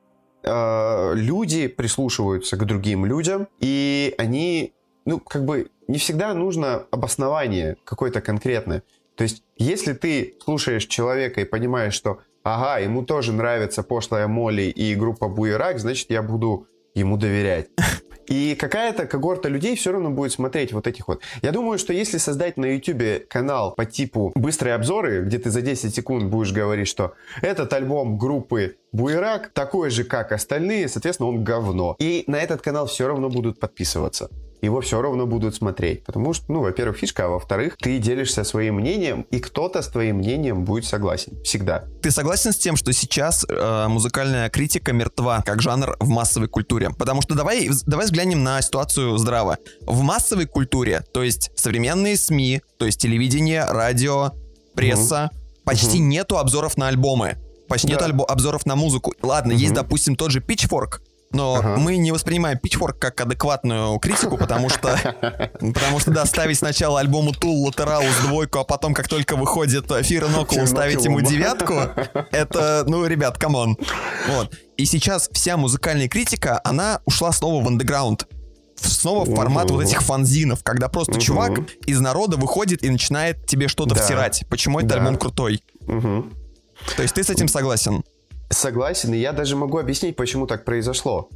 люди прислушиваются к другим людям, и они, не всегда нужно обоснование какое-то конкретное. То есть, если ты слушаешь человека и понимаешь, что, ему тоже нравится пошлая Молли и группа Буерак, значит, я буду ему доверять. И какая-то когорта людей все равно будет смотреть вот этих вот. Я думаю, что если создать на YouTube канал по типу «Быстрые обзоры», где ты за 10 секунд будешь говорить, что этот альбом группы Буерак такой же, как остальные, соответственно, он говно. И на этот канал все равно будут подписываться. Его все равно будут смотреть. Потому что, во-первых, фишка, а во-вторых, ты делишься своим мнением, и кто-то с твоим мнением будет согласен. Всегда. Ты согласен с тем, что сейчас музыкальная критика мертва как жанр в массовой культуре? Потому что давай взглянем на ситуацию здраво. В массовой культуре, то есть современные СМИ, то есть телевидение, радио, пресса, почти нету обзоров на альбомы. Почти нет обзоров на музыку. Ладно, есть, допустим, тот же Pitchfork, но мы не воспринимаем Pitchfork как адекватную критику, потому что ставить сначала альбому Tool Lateralus 2, а потом, как только выходит Fear Inoculum, ставить ему 9, это, ребят, камон. Вот. И сейчас вся музыкальная критика, она ушла снова в андеграунд. Снова в формат вот этих фанзинов, когда просто чувак из народа выходит и начинает тебе что-то втирать. Почему этот альбом крутой? То есть ты с этим согласен? Согласен, и я даже могу объяснить, почему так произошло.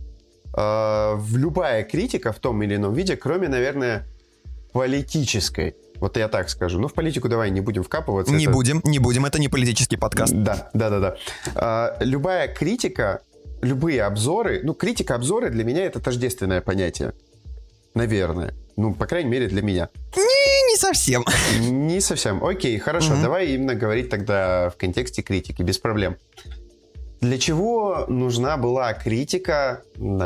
Любая критика в том или ином виде, кроме, наверное, политической. Вот я так скажу. В политику давай не будем вкапываться. Не будем, это не политический подкаст. Да. Любая критика, любые обзоры, критика-обзоры для меня это тождественное понятие. Наверное. По крайней мере, для меня. Не совсем. Не совсем. Окей, хорошо. Давай именно говорить тогда в контексте критики, без проблем. Для чего нужна была критика,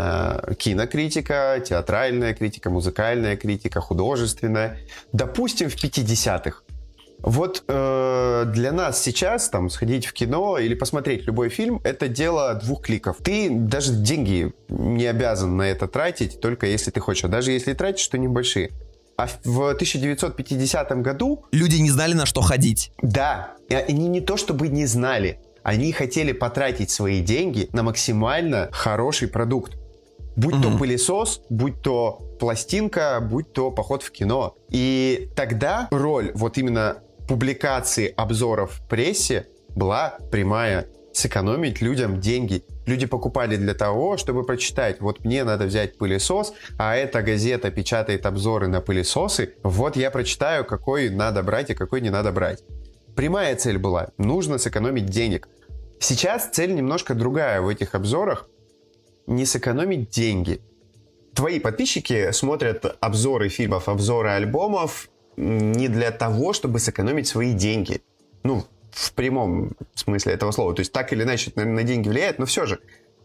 кинокритика, театральная критика, музыкальная критика, художественная? Допустим, в 50-х. Вот для нас сейчас сходить в кино или посмотреть любой фильм — это дело 2 кликов. Ты даже деньги не обязан на это тратить, только если ты хочешь. А даже если тратишь, то небольшие. А в 1950 году... Люди не знали, на что ходить. Да, и они не то чтобы не знали. Они хотели потратить свои деньги на максимально хороший продукт. Будь то пылесос, будь то пластинка, будь то поход в кино. И тогда роль вот именно публикации обзоров в прессе была прямая. Сэкономить людям деньги. Люди покупали для того, чтобы прочитать: вот мне надо взять пылесос, а эта газета печатает обзоры на пылесосы, вот я прочитаю, какой надо брать и какой не надо брать. Прямая цель была: нужно сэкономить денег. Сейчас цель немножко другая в этих обзорах. Не сэкономить деньги. Твои подписчики смотрят обзоры фильмов, обзоры альбомов не для того, чтобы сэкономить свои деньги. В прямом смысле этого слова. То есть так или иначе на деньги влияет, но все же.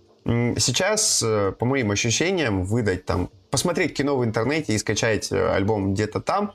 Сейчас, по моим ощущениям, выдать посмотреть кино в интернете и скачать альбом где-то там,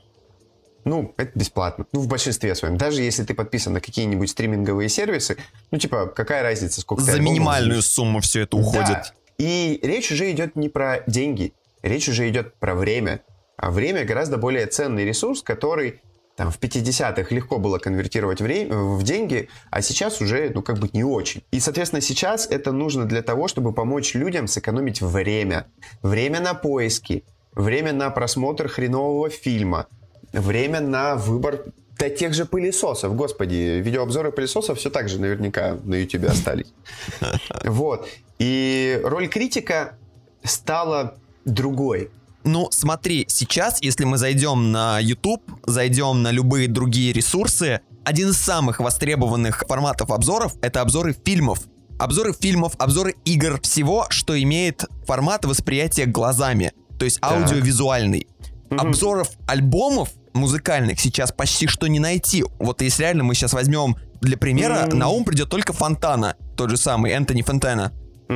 это бесплатно. В большинстве своем. Даже если ты подписан на какие-нибудь стриминговые сервисы, какая разница, сколько ты за альбомов... минимальную сумму все это уходит. Да. И речь уже идет не про деньги, речь уже идет про время. А время гораздо более ценный ресурс, который в 50-х легко было конвертировать в деньги, а сейчас уже, не очень. И, соответственно, сейчас это нужно для того, чтобы помочь людям сэкономить время. Время на поиски, время на просмотр хренового фильма, время на выбор тех же пылесосов. Господи, видеообзоры пылесосов все так же наверняка на YouTube остались. Вот. И роль критика стала другой. Смотри, сейчас, если мы зайдем на YouTube, зайдем на любые другие ресурсы, один из самых востребованных форматов обзоров — это обзоры фильмов. Обзоры фильмов, обзоры игр, всего, что имеет формат восприятия глазами, то есть аудиовизуальный. Обзоров альбомов музыкальных сейчас почти что не найти. Вот если реально мы сейчас возьмем для примера, на ум придет только Фонтана, тот же самый Энтони Фонтана.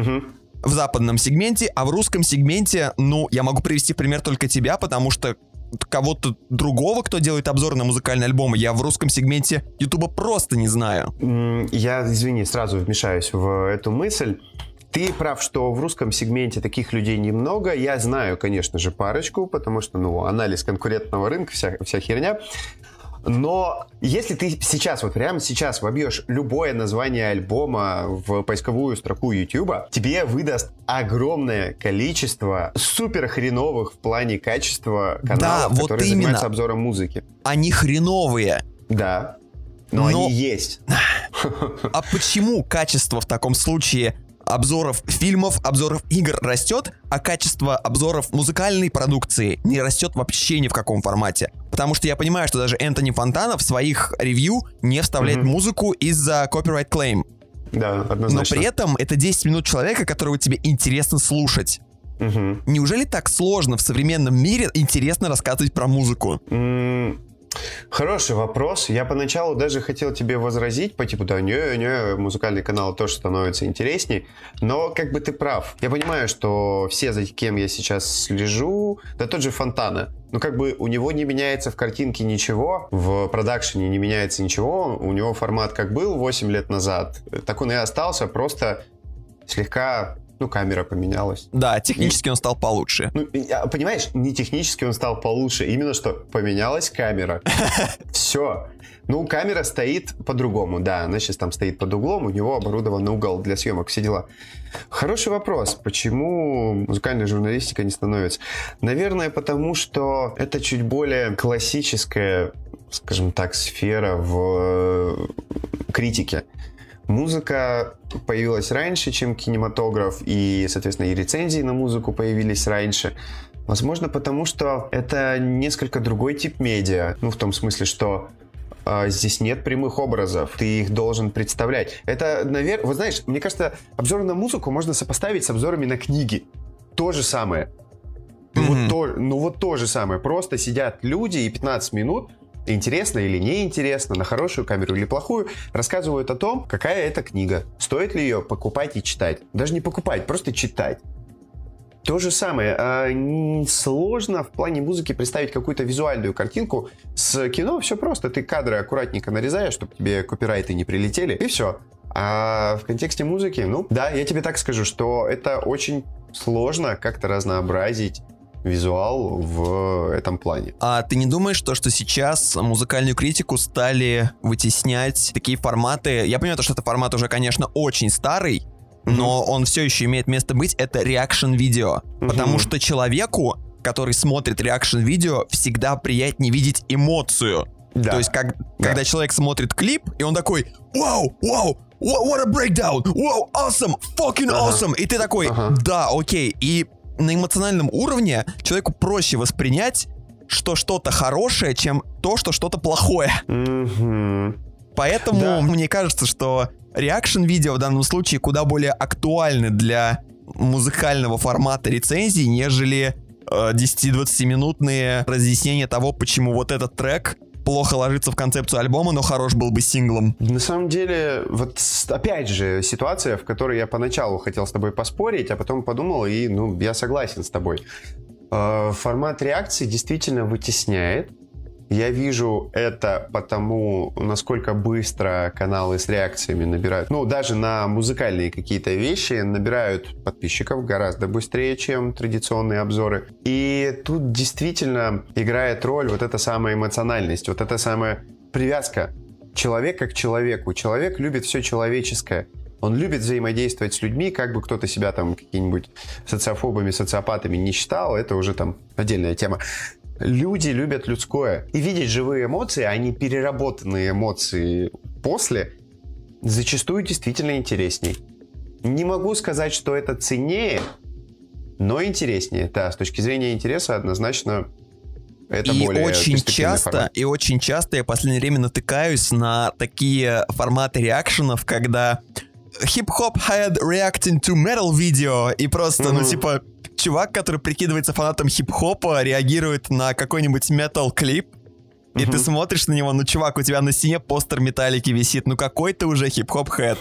В западном сегменте, а в русском сегменте, я могу привести в пример только тебя, потому что кого-то другого, кто делает обзоры на музыкальные альбомы, я в русском сегменте Ютуба просто не знаю. Я, извини, сразу вмешаюсь в эту мысль. Ты прав, что в русском сегменте таких людей немного. Я знаю, конечно же, парочку, потому что, анализ конкурентного рынка, вся херня. Но если ты сейчас, вот прямо сейчас вобьешь любое название альбома в поисковую строку YouTube, тебе выдаст огромное количество супер хреновых в плане качества каналов, вот которые именно. занимаются обзором музыки. Они хреновые. Да, но они есть. А почему качество в таком случае обзоров фильмов, обзоров игр растет, а качество обзоров музыкальной продукции не растет вообще ни в каком формате? Потому что я понимаю, что даже Энтони Фонтана в своих ревью не вставляет музыку из-за copyright claim. Да, однозначно. Но при этом это 10 минут человека, которого тебе интересно слушать. Неужели так сложно в современном мире интересно рассказывать про музыку? Хороший вопрос. Я поначалу даже хотел тебе возразить по типу, да, не, музыкальный канал тоже становится интересней, но как бы ты прав. Я понимаю, что все, за кем я сейчас слежу, да тот же Фонтана, ну как бы у него не меняется в картинке ничего, в продакшене не меняется ничего, у него формат как был 8 лет назад, так он и остался, просто слегка... Ну, камера поменялась. Да, технически он стал получше. Ну, понимаешь, не технически он стал получше, именно что поменялась камера. Все. Ну, камера стоит по-другому, да, она сейчас там стоит под углом, у него оборудован угол для съемок, все дела. Хороший вопрос, почему музыкальная журналистика не становится? Наверное, потому что это чуть более классическая, скажем так, сфера в критике. Музыка появилась раньше, чем кинематограф, и, соответственно, и рецензии на музыку появились раньше. Возможно, потому что это несколько другой тип медиа. Ну, в том смысле, что здесь нет прямых образов, ты их должен представлять. Это, наверное, вот знаешь, мне кажется, обзоры на музыку можно сопоставить с обзорами на книги. То же самое. Вот то же самое. Просто сидят люди и 15 минут, интересно или неинтересно, на хорошую камеру или плохую, рассказывают о том, какая это книга. Стоит ли ее покупать и читать. Даже не покупать, просто читать. То же самое. Сложно в плане музыки представить какую-то визуальную картинку. С кино все просто. Ты кадры аккуратненько нарезаешь, чтобы тебе копирайты не прилетели, и все. А в контексте музыки, ну, да, я тебе так скажу, что это очень сложно как-то разнообразить визуал в этом плане. А ты не думаешь, что сейчас музыкальную критику стали вытеснять такие форматы? Я понимаю, что это формат уже, конечно, очень старый, но он все еще имеет место быть. Это реакшн-видео. Потому что человеку, который смотрит реакшн-видео, всегда приятнее видеть эмоцию. Да. То есть, когда человек смотрит клип, и он такой: «Вау, вау, what a breakdown! Wow, awesome, fucking awesome!» И ты такой: «Да, окей». И на эмоциональном уровне человеку проще воспринять, что что-то хорошее, чем то, что что-то плохое. Поэтому мне кажется, что реакшн-видео в данном случае куда более актуальны для музыкального формата рецензий, нежели 10-20-минутные разъяснения того, почему вот этот трек плохо ложится в концепцию альбома, но хорош был бы синглом. На самом деле, вот опять же ситуация, в которой я поначалу хотел с тобой поспорить, а потом подумал, и я согласен с тобой. Формат реакции действительно вытесняет. Я вижу это потому, насколько быстро каналы с реакциями набирают. Ну, даже на музыкальные какие-то вещи набирают подписчиков гораздо быстрее, чем традиционные обзоры. И тут действительно играет роль вот эта самая эмоциональность, вот эта самая привязка человека к человеку. Человек любит все человеческое. Он любит взаимодействовать с людьми, как бы кто-то себя там какими-нибудь социофобами, социопатами не считал, это уже там отдельная тема. Люди любят людское. И видеть живые эмоции, а не переработанные эмоции после, зачастую действительно интересней. Не могу сказать, что это ценнее, но интереснее. Да, с точки зрения интереса однозначно это более перспективный формат. И очень часто я в последнее время натыкаюсь на такие форматы реакшенов, когда hip-hop head reacting to metal video, и просто, чувак, который прикидывается фанатом хип-хопа, реагирует на какой-нибудь метал-клип, и ты смотришь на него, чувак, у тебя на стене постер Металлики висит, какой ты уже хип-хоп-хэд.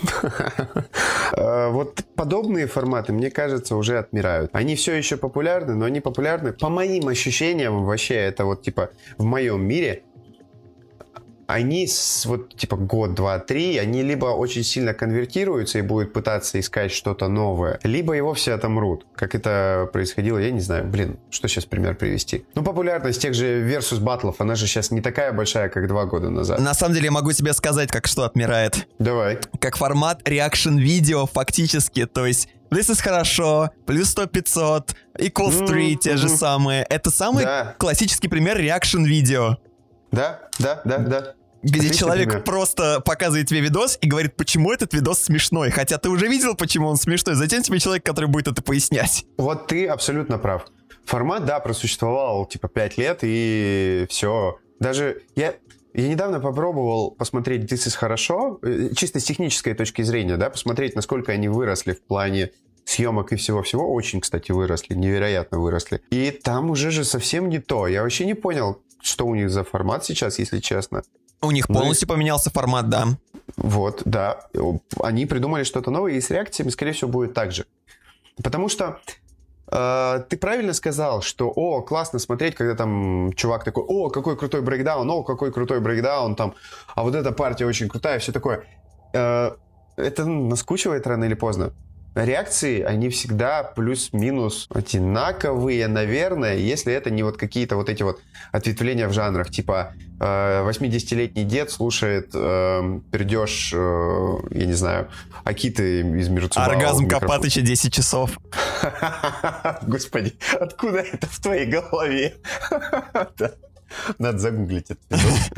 Вот подобные форматы, мне кажется, уже отмирают. Они все еще популярны, но они популярны, по моим ощущениям, вообще, это в моем мире, они вот типа год, два, три, они либо очень сильно конвертируются и будут пытаться искать что-то новое, либо и вовсе отомрут. Как это происходило, я не знаю. Что сейчас пример привести? Популярность тех же Versus баттлов, она же сейчас не такая большая, как 2 года назад. На самом деле, я могу тебе сказать, как что отмирает. Давай. Как формат реакшн-видео фактически, то есть This is хорошо, плюс 100-500, equals 3, те же самые. Это самый классический пример реакшн-видео. Да. Где отличный человек пример. Просто показывает тебе видос и говорит, почему этот видос смешной. Хотя ты уже видел, почему он смешной. Затем тебе человек, который будет это пояснять. Вот ты абсолютно прав. Формат, просуществовал типа 5 лет и все. Даже я недавно попробовал посмотреть This is хорошо, чисто с технической точки зрения, посмотреть, насколько они выросли в плане съемок и всего-всего. Очень, кстати, выросли, невероятно выросли. И там уже же совсем не то. Я вообще не понял, что у них за формат сейчас, если честно. У них полностью поменялся формат, да. Вот, да. Они придумали что-то новое, и с реакциями, скорее всего, будет так же. Потому что ты правильно сказал, что, классно смотреть, когда там чувак такой, какой крутой брейкдаун, какой крутой брейкдаун, там, а вот эта партия очень крутая, все такое. Это наскучивает рано или поздно. Реакции, они всегда плюс-минус одинаковые, наверное, если это не вот какие-то вот эти вот ответвления в жанрах, типа 80-летний дед слушает пердеж, я не знаю, Акиты из Мирцубао. Оргазм Копатыча 10 часов. Господи, откуда это в твоей голове? Надо загуглить это.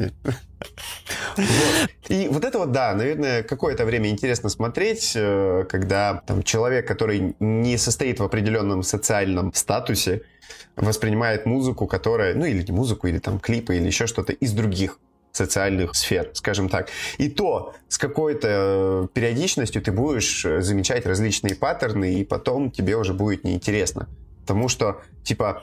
И вот это вот, наверное, какое-то время интересно смотреть, когда там человек, который не состоит в определенном социальном статусе, воспринимает музыку, которая, или не музыку, или там клипы, или еще что-то из других социальных сфер, скажем так. И то с какой-то периодичностью ты будешь замечать различные паттерны, и потом тебе уже будет неинтересно. Потому что, типа,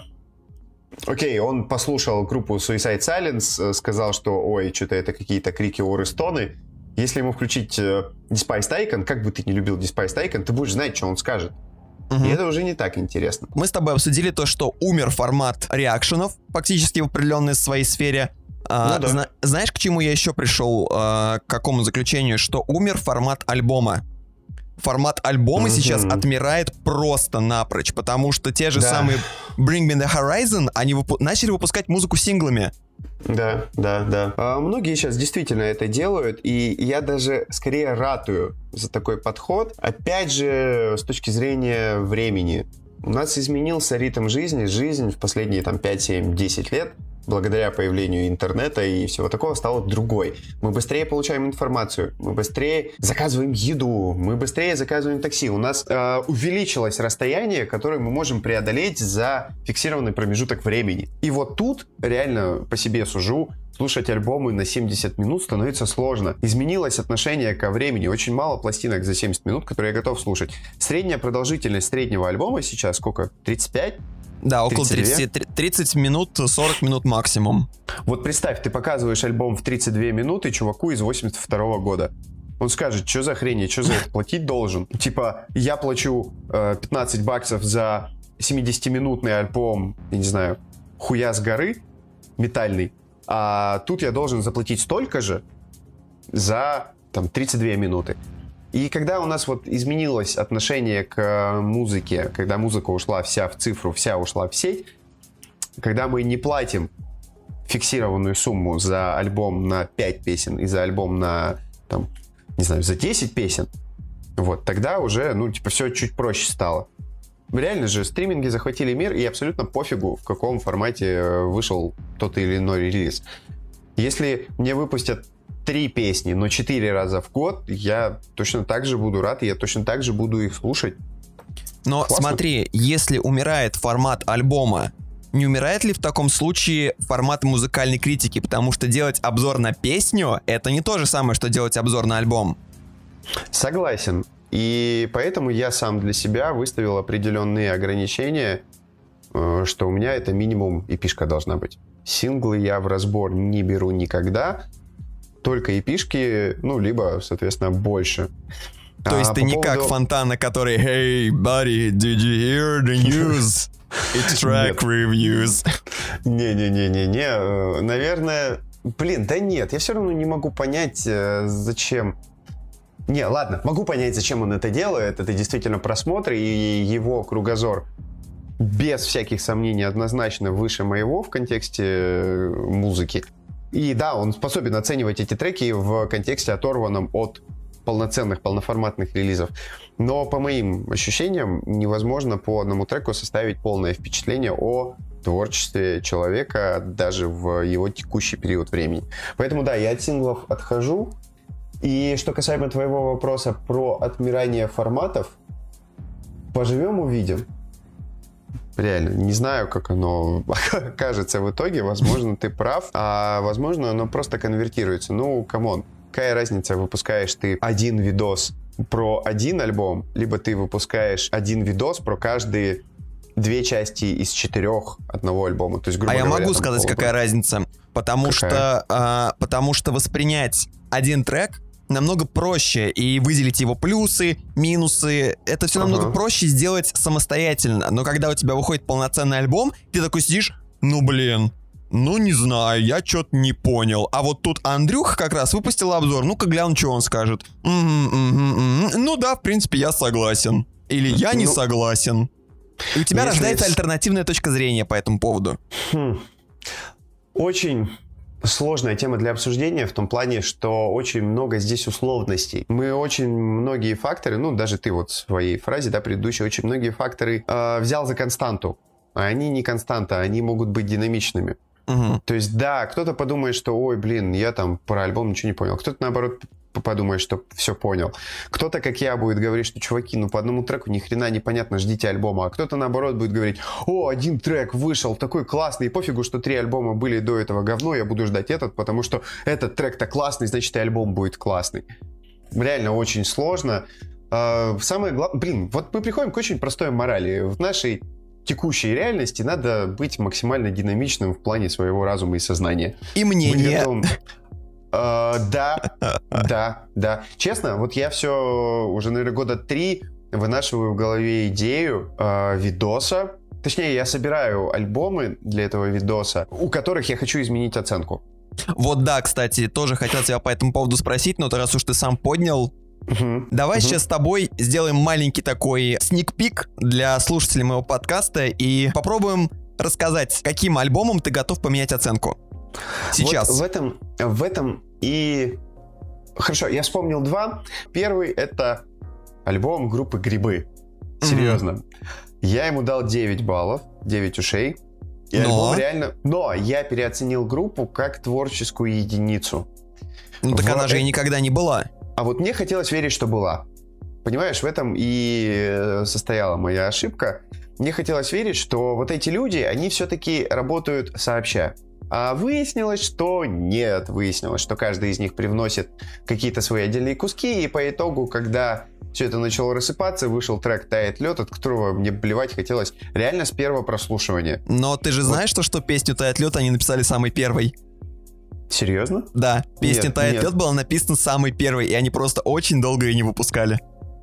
окей, он послушал группу Suicide Silence, сказал, что что-то это какие-то крики, оры, стоны. Если ему включить Despised Icon, как бы ты ни любил Despised Icon, ты будешь знать, что он скажет. И это уже не так интересно. Мы с тобой обсудили то, что умер формат реакшенов, фактически в определенной своей сфере. Знаешь, к чему я еще пришел, к какому заключению? Что умер формат альбома. Формат альбома сейчас отмирает просто напрочь, потому что те же самые Bring Me The Horizon, они начали выпускать музыку синглами. Да. Многие сейчас действительно это делают, и я даже скорее ратую за такой подход. Опять же, с точки зрения времени. У нас изменился ритм жизни. Жизнь в последние 5, 7, 10 лет благодаря появлению интернета и всего такого стала другой. Мы быстрее получаем информацию, мы быстрее заказываем еду, мы быстрее заказываем такси. У нас увеличилось расстояние, которое мы можем преодолеть за фиксированный промежуток времени. И вот тут, реально по себе сужу, слушать альбомы на 70 минут становится сложно. Изменилось отношение ко времени. Очень мало пластинок за 70 минут, которые я готов слушать. Средняя продолжительность среднего альбома сейчас сколько? 35? Да, около 30 минут, 40 минут максимум. Вот представь, ты показываешь альбом в 32 минуты чуваку из 82 года. Он скажет, что за хрень, я что за это платить должен? Типа, я плачу $15 за 70-минутный альбом, я не знаю, хуя с горы, метальный, а тут я должен заплатить столько же за 32 минуты. И когда у нас вот изменилось отношение к музыке, когда музыка ушла вся в цифру, вся ушла в сеть, когда мы не платим фиксированную сумму за альбом на 5 песен и за альбом на, не знаю, за 10 песен, вот, тогда уже, все чуть проще стало. Реально же, стриминги захватили мир, и абсолютно пофигу, в каком формате вышел тот или иной релиз. Если мне выпустят 3 песни, но 4 раза в год, я точно так же буду рад, и я точно так же буду их слушать. Но классно. Смотри, если умирает формат альбома, не умирает ли в таком случае формат музыкальной критики? Потому что делать обзор на песню — это не то же самое, что делать обзор на альбом. Согласен. И поэтому я сам для себя выставил определенные ограничения, что у меня это минимум эпишка должна быть. Синглы я в разбор не беру никогда, только эпишки, либо, соответственно, больше. То есть ты не как Фонтана, который «Hey, buddy, did you hear the news? It's track reviews». Не-не-не-не-не. Наверное, Блин, да нет, я все равно не могу понять, зачем... Не, ладно, могу понять, зачем он это делает. Это действительно просмотр, и его кругозор без всяких сомнений однозначно выше моего в контексте музыки. И да, он способен оценивать эти треки в контексте оторванном от полноценных, полноформатных релизов. Но по моим ощущениям невозможно по одному треку составить полное впечатление о творчестве человека даже в его текущий период времени. Поэтому да, я от синглов отхожу. И что касаемо твоего вопроса про отмирание форматов, поживем, увидим. Реально, не знаю, как оно окажется в итоге. Возможно, ты прав, а возможно, оно просто конвертируется. Ну, камон, какая разница, выпускаешь ты один видос про один альбом, либо ты выпускаешь один видос про каждые 2 части из 4 одного альбома. То есть, грубо говоря, я могу сказать, какая разница. Потому что воспринять один трек намного проще, и выделить его плюсы, минусы, это все намного проще сделать самостоятельно. Но когда у тебя выходит полноценный альбом, ты такой сидишь, ну не знаю, я что-то не понял. А вот тут Андрюха как раз выпустил обзор, ну-ка гляну, что он скажет. Ну да, в принципе, я согласен. Или я не согласен. И у тебя рождается альтернативная точка зрения по этому поводу. Очень сложная тема для обсуждения в том плане, что очень много здесь условностей. Мы очень многие факторы, ну даже ты вот в своей фразе, да, предыдущей, очень многие факторы взял за константу. А они не константа, они могут быть динамичными. То есть да, кто-то подумает, что ой, блин, я там про альбом ничего не понял. Кто-то наоборот подумает, что все понял. Кто-то, как я, будет говорить, что чуваки, ну по одному треку ни хрена непонятно, ждите альбома. А кто-то наоборот будет говорить, о, один трек вышел, такой классный, и пофигу, что 3 альбома были до этого говно, я буду ждать этот, потому что этот трек-то классный, значит и альбом будет классный. Реально очень сложно. Самое главное, блин, вот мы приходим к очень простой морали. В нашей текущей реальности надо быть максимально динамичным в плане своего разума и сознания. И мнения. Да. Честно, вот я все уже, наверное, года 3 вынашиваю в голове идею видоса. Точнее, я собираю альбомы для этого видоса, у которых я хочу изменить оценку. Вот да, кстати, тоже хотел тебя по этому поводу спросить, но раз уж ты сам поднял, давай сейчас с тобой сделаем маленький такой сник-пик для слушателей моего подкаста и попробуем рассказать, каким альбомом ты готов поменять оценку. Сейчас. Вот в этом и... Хорошо, я вспомнил 2. Первый — это альбом группы «Грибы». Серьезно. Я ему дал 9 баллов, 9 ушей. И альбом реально... Но я переоценил группу как творческую единицу. Ну так она же и никогда не была. А вот мне хотелось верить, что была. Понимаешь, в этом и состояла моя ошибка. Мне хотелось верить, что вот эти люди, они все-таки работают сообща. А выяснилось, что нет. Выяснилось, что каждый из них привносит какие-то свои отдельные куски. И по итогу, когда все это начало рассыпаться, вышел трек «Тает лед», от которого мне блевать хотелось реально с первого прослушивания. Но ты же знаешь, что песню «Тает лед» они написали самой первой? Серьезно? Да, песня «Тает лед» была написана самой первой, и они просто очень долго ее не выпускали.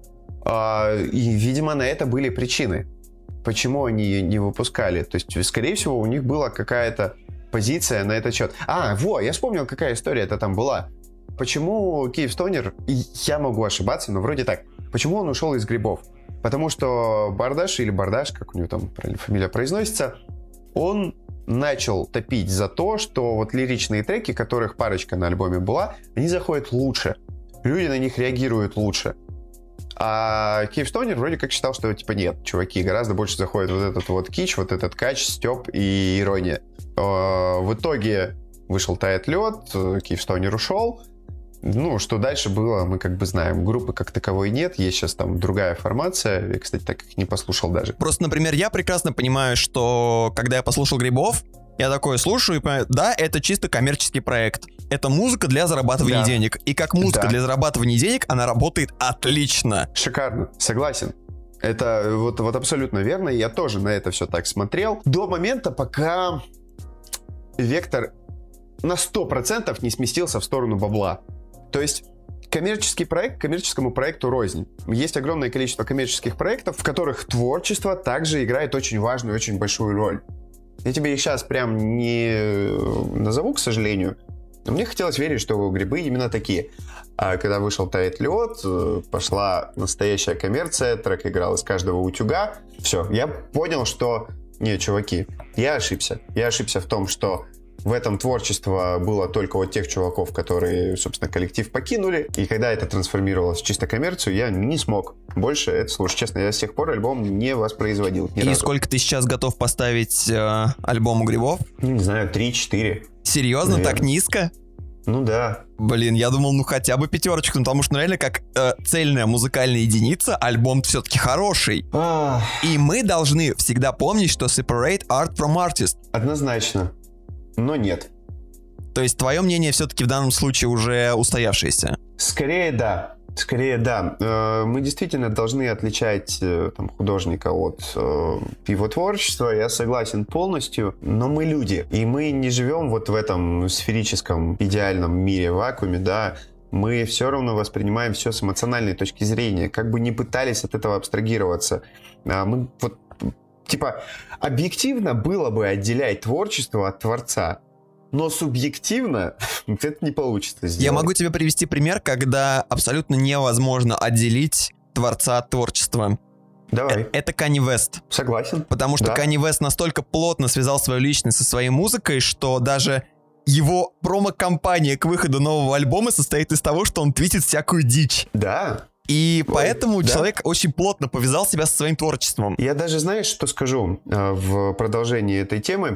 И, видимо, на это были причины, почему они ее не выпускали. То есть, скорее всего, у них была какая-то позиция на этот счет. Я вспомнил, какая история это там была. Почему Киевстонер, я могу ошибаться, но вроде так, почему он ушел из «Грибов? Потому что Бардаш, или Бардаш, как у него там правильно фамилия произносится, он начал топить за то, что вот лиричные треки, которых парочка на альбоме была, они заходят лучше. Люди на них реагируют лучше. А Киевстонер вроде как считал, что типа нет, чуваки, гораздо больше заходит вот этот вот кич, вот этот кач, стёб и ирония. В итоге вышел «Тает лед», Киевстонер ушел. Ну, что дальше было, мы как бы знаем. Группы как таковой нет, есть сейчас там другая формация. Я, кстати, так их не послушал даже. Просто, например, я прекрасно понимаю, что когда я послушал «Грибов», я такое слушаю и понимаю, да, это чисто коммерческий проект. Это музыка для зарабатывания денег. И как музыка для зарабатывания денег, она работает отлично. Шикарно, согласен. Это вот абсолютно верно. Я тоже на это все так смотрел. До момента, пока вектор на 100% не сместился в сторону бабла. То есть коммерческий проект коммерческому проекту рознь. Есть огромное количество коммерческих проектов, в которых творчество также играет очень важную, очень большую роль. Я тебе их сейчас прям не назову, к сожалению, Но мне хотелось верить, что грибы именно такие. А когда вышел «Тает лед», пошла настоящая коммерция, трек играл из каждого утюга. Все, я понял, что... Не, чуваки, я ошибся. Я ошибся в том, что в этом творчество было только вот тех чуваков, которые, собственно, коллектив покинули. И когда это трансформировалось в чисто коммерцию, я не смог больше это слушать. Честно, я с тех пор альбом не воспроизводил ни И разу. сколько ты сейчас готов поставить альбому грибов? Не знаю, 3-4. Серьезно, Наверное. так низко? Ну да. Блин, я думал, ну хотя бы 5, ну потому что, ну, реально, как цельная музыкальная единица, альбом все-таки хороший. И мы должны всегда помнить, что separate art from artist. Однозначно. Но нет. То есть твое мнение все-таки в данном случае уже устоявшееся. Скорее да. Скорее да. Мы действительно должны отличать там, художника от его творчества. Я согласен полностью. Но мы люди. И мы не живем вот в этом сферическом идеальном мире, вакууме, да. Мы все равно воспринимаем все с эмоциональной точки зрения. Как бы ни пытались от этого абстрагироваться. Мы вот, типа, объективно было бы отделять творчество от творца. Но субъективно это не получится сделать. Я могу тебе привести пример, когда абсолютно невозможно отделить творца от творчества. Давай. Это Kanye West. Согласен. Потому что Да. Kanye West настолько плотно связал свою личность со своей музыкой, что даже его промо-компания к выходу нового альбома состоит из того, что он твитит всякую дичь. Да. И поэтому да. человек очень плотно повязал себя со своим творчеством. Я даже, знаешь, что скажу в продолжении этой темы?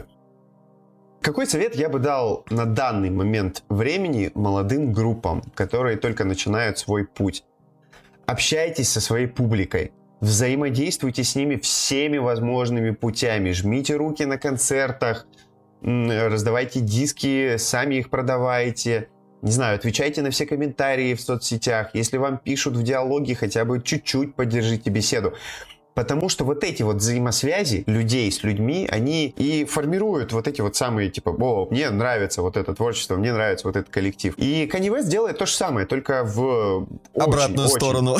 Какой совет я бы дал на данный момент времени молодым группам, которые только начинают свой путь? Общайтесь со своей публикой, взаимодействуйте с ними всеми возможными путями, жмите руки на концертах, раздавайте диски, сами их продавайте, не знаю, отвечайте на все комментарии в соцсетях, если вам пишут в диалоге, хотя бы чуть-чуть поддержите беседу. Потому что вот эти вот взаимосвязи людей с людьми, они и формируют вот эти вот самые, типа, о, мне нравится вот это творчество, мне нравится вот этот коллектив. И Kanye West делает то же самое, только в Обратную сторону.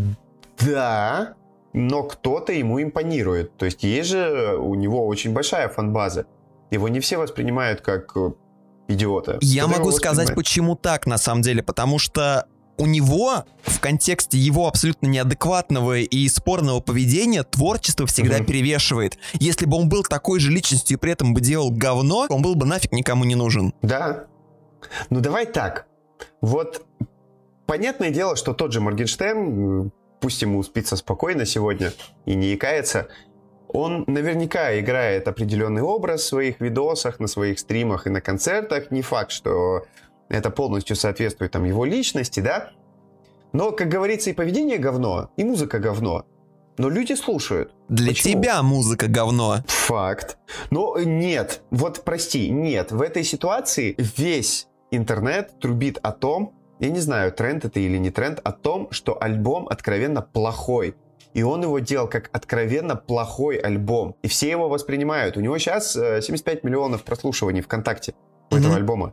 Да, но кто-то ему импонирует. То есть есть же у него очень большая фан-база. Его не все воспринимают как идиота. Я Кто-то могу его сказать, воспринимает. почему так на самом деле, потому что у него в контексте его абсолютно неадекватного и спорного поведения творчество всегда перевешивает. Если бы он был такой же личностью и при этом бы делал говно, он был бы нафиг никому не нужен. Да. Ну давай так. Вот понятное дело, что тот же Моргенштерн, пусть ему спится спокойно сегодня и не икается, он наверняка играет определенный образ в своих видосах, на своих стримах и на концертах. Не факт, что это полностью соответствует там его личности, да? Но, как говорится, и поведение говно, и музыка говно. Но люди слушают. Для Почему? тебя музыка говно. Факт. Но нет, вот прости, нет. В этой ситуации весь интернет трубит о том, я не знаю, тренд это или не тренд, о том, что альбом откровенно плохой. И он его делал как откровенно плохой альбом. И все его воспринимают. У него сейчас 75 миллионов прослушиваний ВКонтакте у этого альбома.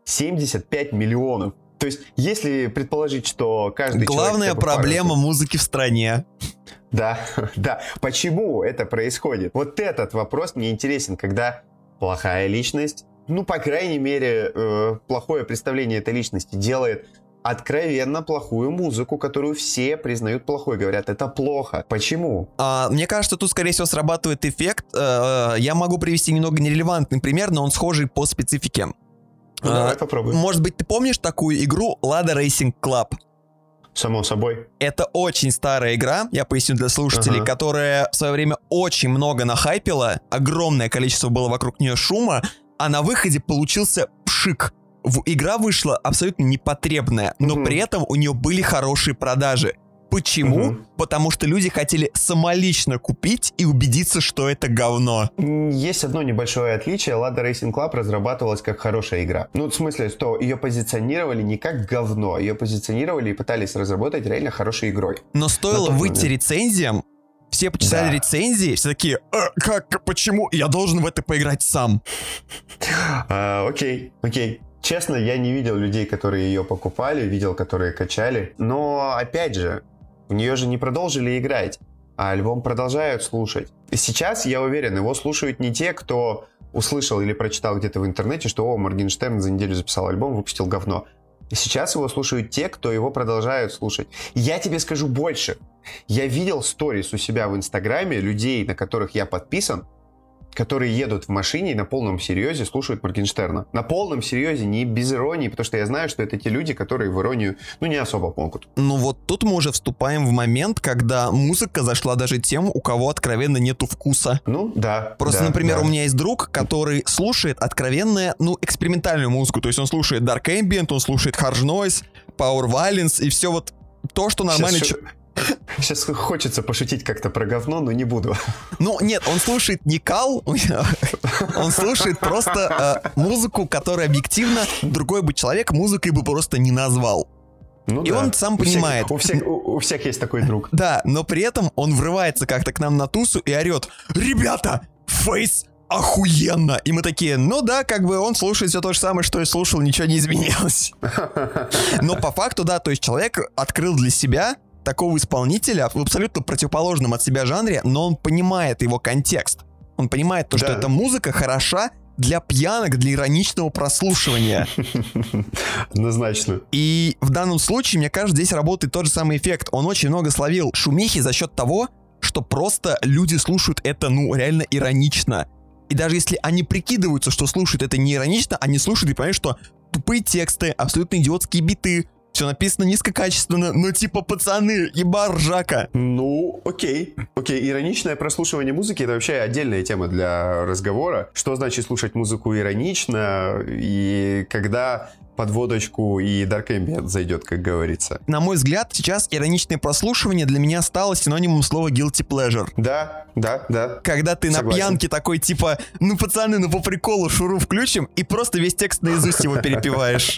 75 миллионов. То есть, если предположить, что каждый Главная человек... хотя бы проблема пару- музыки в стране. Да, да. Почему это происходит? Вот этот вопрос мне интересен, когда плохая личность, ну, по крайней мере, плохое представление этой личности делает откровенно плохую музыку, которую все признают плохой, говорят, это плохо. Почему? Мне кажется, тут, скорее всего, срабатывает эффект. Я могу привести немного нерелевантный пример, но он схожий по специфике. Ну, давай попробуем. Может быть, ты помнишь такую игру Lada Racing Club? Само собой. Это очень старая игра, я поясню для слушателей, которая в свое время очень много нахайпила, огромное количество было вокруг нее шума, а на выходе получился пшик. Игра вышла абсолютно непотребная, но при этом у нее были хорошие продажи. Почему? Потому что люди хотели самолично купить и убедиться, что это говно. Есть одно небольшое отличие. Lada Racing Club разрабатывалась как хорошая игра. Ну, в смысле, что ее позиционировали не как говно, ее позиционировали и пытались разработать реально хорошей игрой. Но стоило выйти рецензиям, все почитали рецензии, все такие, как, почему? Я должен в это поиграть сам. Окей. Честно, я не видел людей, которые ее покупали, видел, которые качали. Но, опять же, в нее же не продолжили играть, а альбом продолжают слушать. И сейчас, я уверен, его слушают не те, кто услышал или прочитал где-то в интернете, что Моргенштерн за неделю записал альбом, выпустил говно. И сейчас его слушают те, кто его продолжают слушать. Я тебе скажу больше. Я видел сторис у себя в Инстаграме людей, на которых я подписан, которые едут в машине и на полном серьезе слушают Моргенштерна. На полном серьезе, не без иронии, потому что я знаю, что это те люди, которые в иронию, не особо могут. Ну вот тут мы уже вступаем в момент, когда музыка зашла даже тем, у кого откровенно нету вкуса. Ну, да. Просто, да, например, да. у меня есть друг, который слушает откровенную, экспериментальную музыку. То есть он слушает Dark Ambient, он слушает Harsh Noise, Power Violence и все вот то, что нормально... Сейчас хочется пошутить как-то про говно, но не буду. Ну, нет, он слушает не кал, он слушает просто музыку, которую объективно другой бы человек музыкой бы просто не назвал. Ну, и да. он сам понимает. У всех есть такой друг. Да, но при этом он врывается как-то к нам на тусу и орет: «Ребята, Фейс охуенно!» И мы такие: ну да, как бы он слушает все то же самое, что и слушал, ничего не изменилось. Но по факту, да, то есть человек открыл для себя такого исполнителя в абсолютно противоположном от себя жанре, но он понимает его контекст. Он понимает то, что эта музыка хороша для пьянок, для ироничного прослушивания. Однозначно. И в данном случае, мне кажется, здесь работает тот же самый эффект. Он очень много словил шумихи за счет того, что просто люди слушают это, реально иронично. И даже если они прикидываются, что слушают это не иронично, они слушают и понимают, что тупые тексты, абсолютно идиотские биты, все написано низкокачественно, но типа, пацаны, еба ржака. Ну, окей. Ироничное прослушивание музыки — это вообще отдельная тема для разговора. Что значит слушать музыку иронично, и когда под водочку и Dark Ambient зайдет, как говорится. На мой взгляд, сейчас ироничное прослушивание для меня стало синонимом слова guilty pleasure. Да. Когда ты Согласен. на пьянке такой типа: пацаны, по приколу шуру включим, и просто весь текст наизусть его перепеваешь.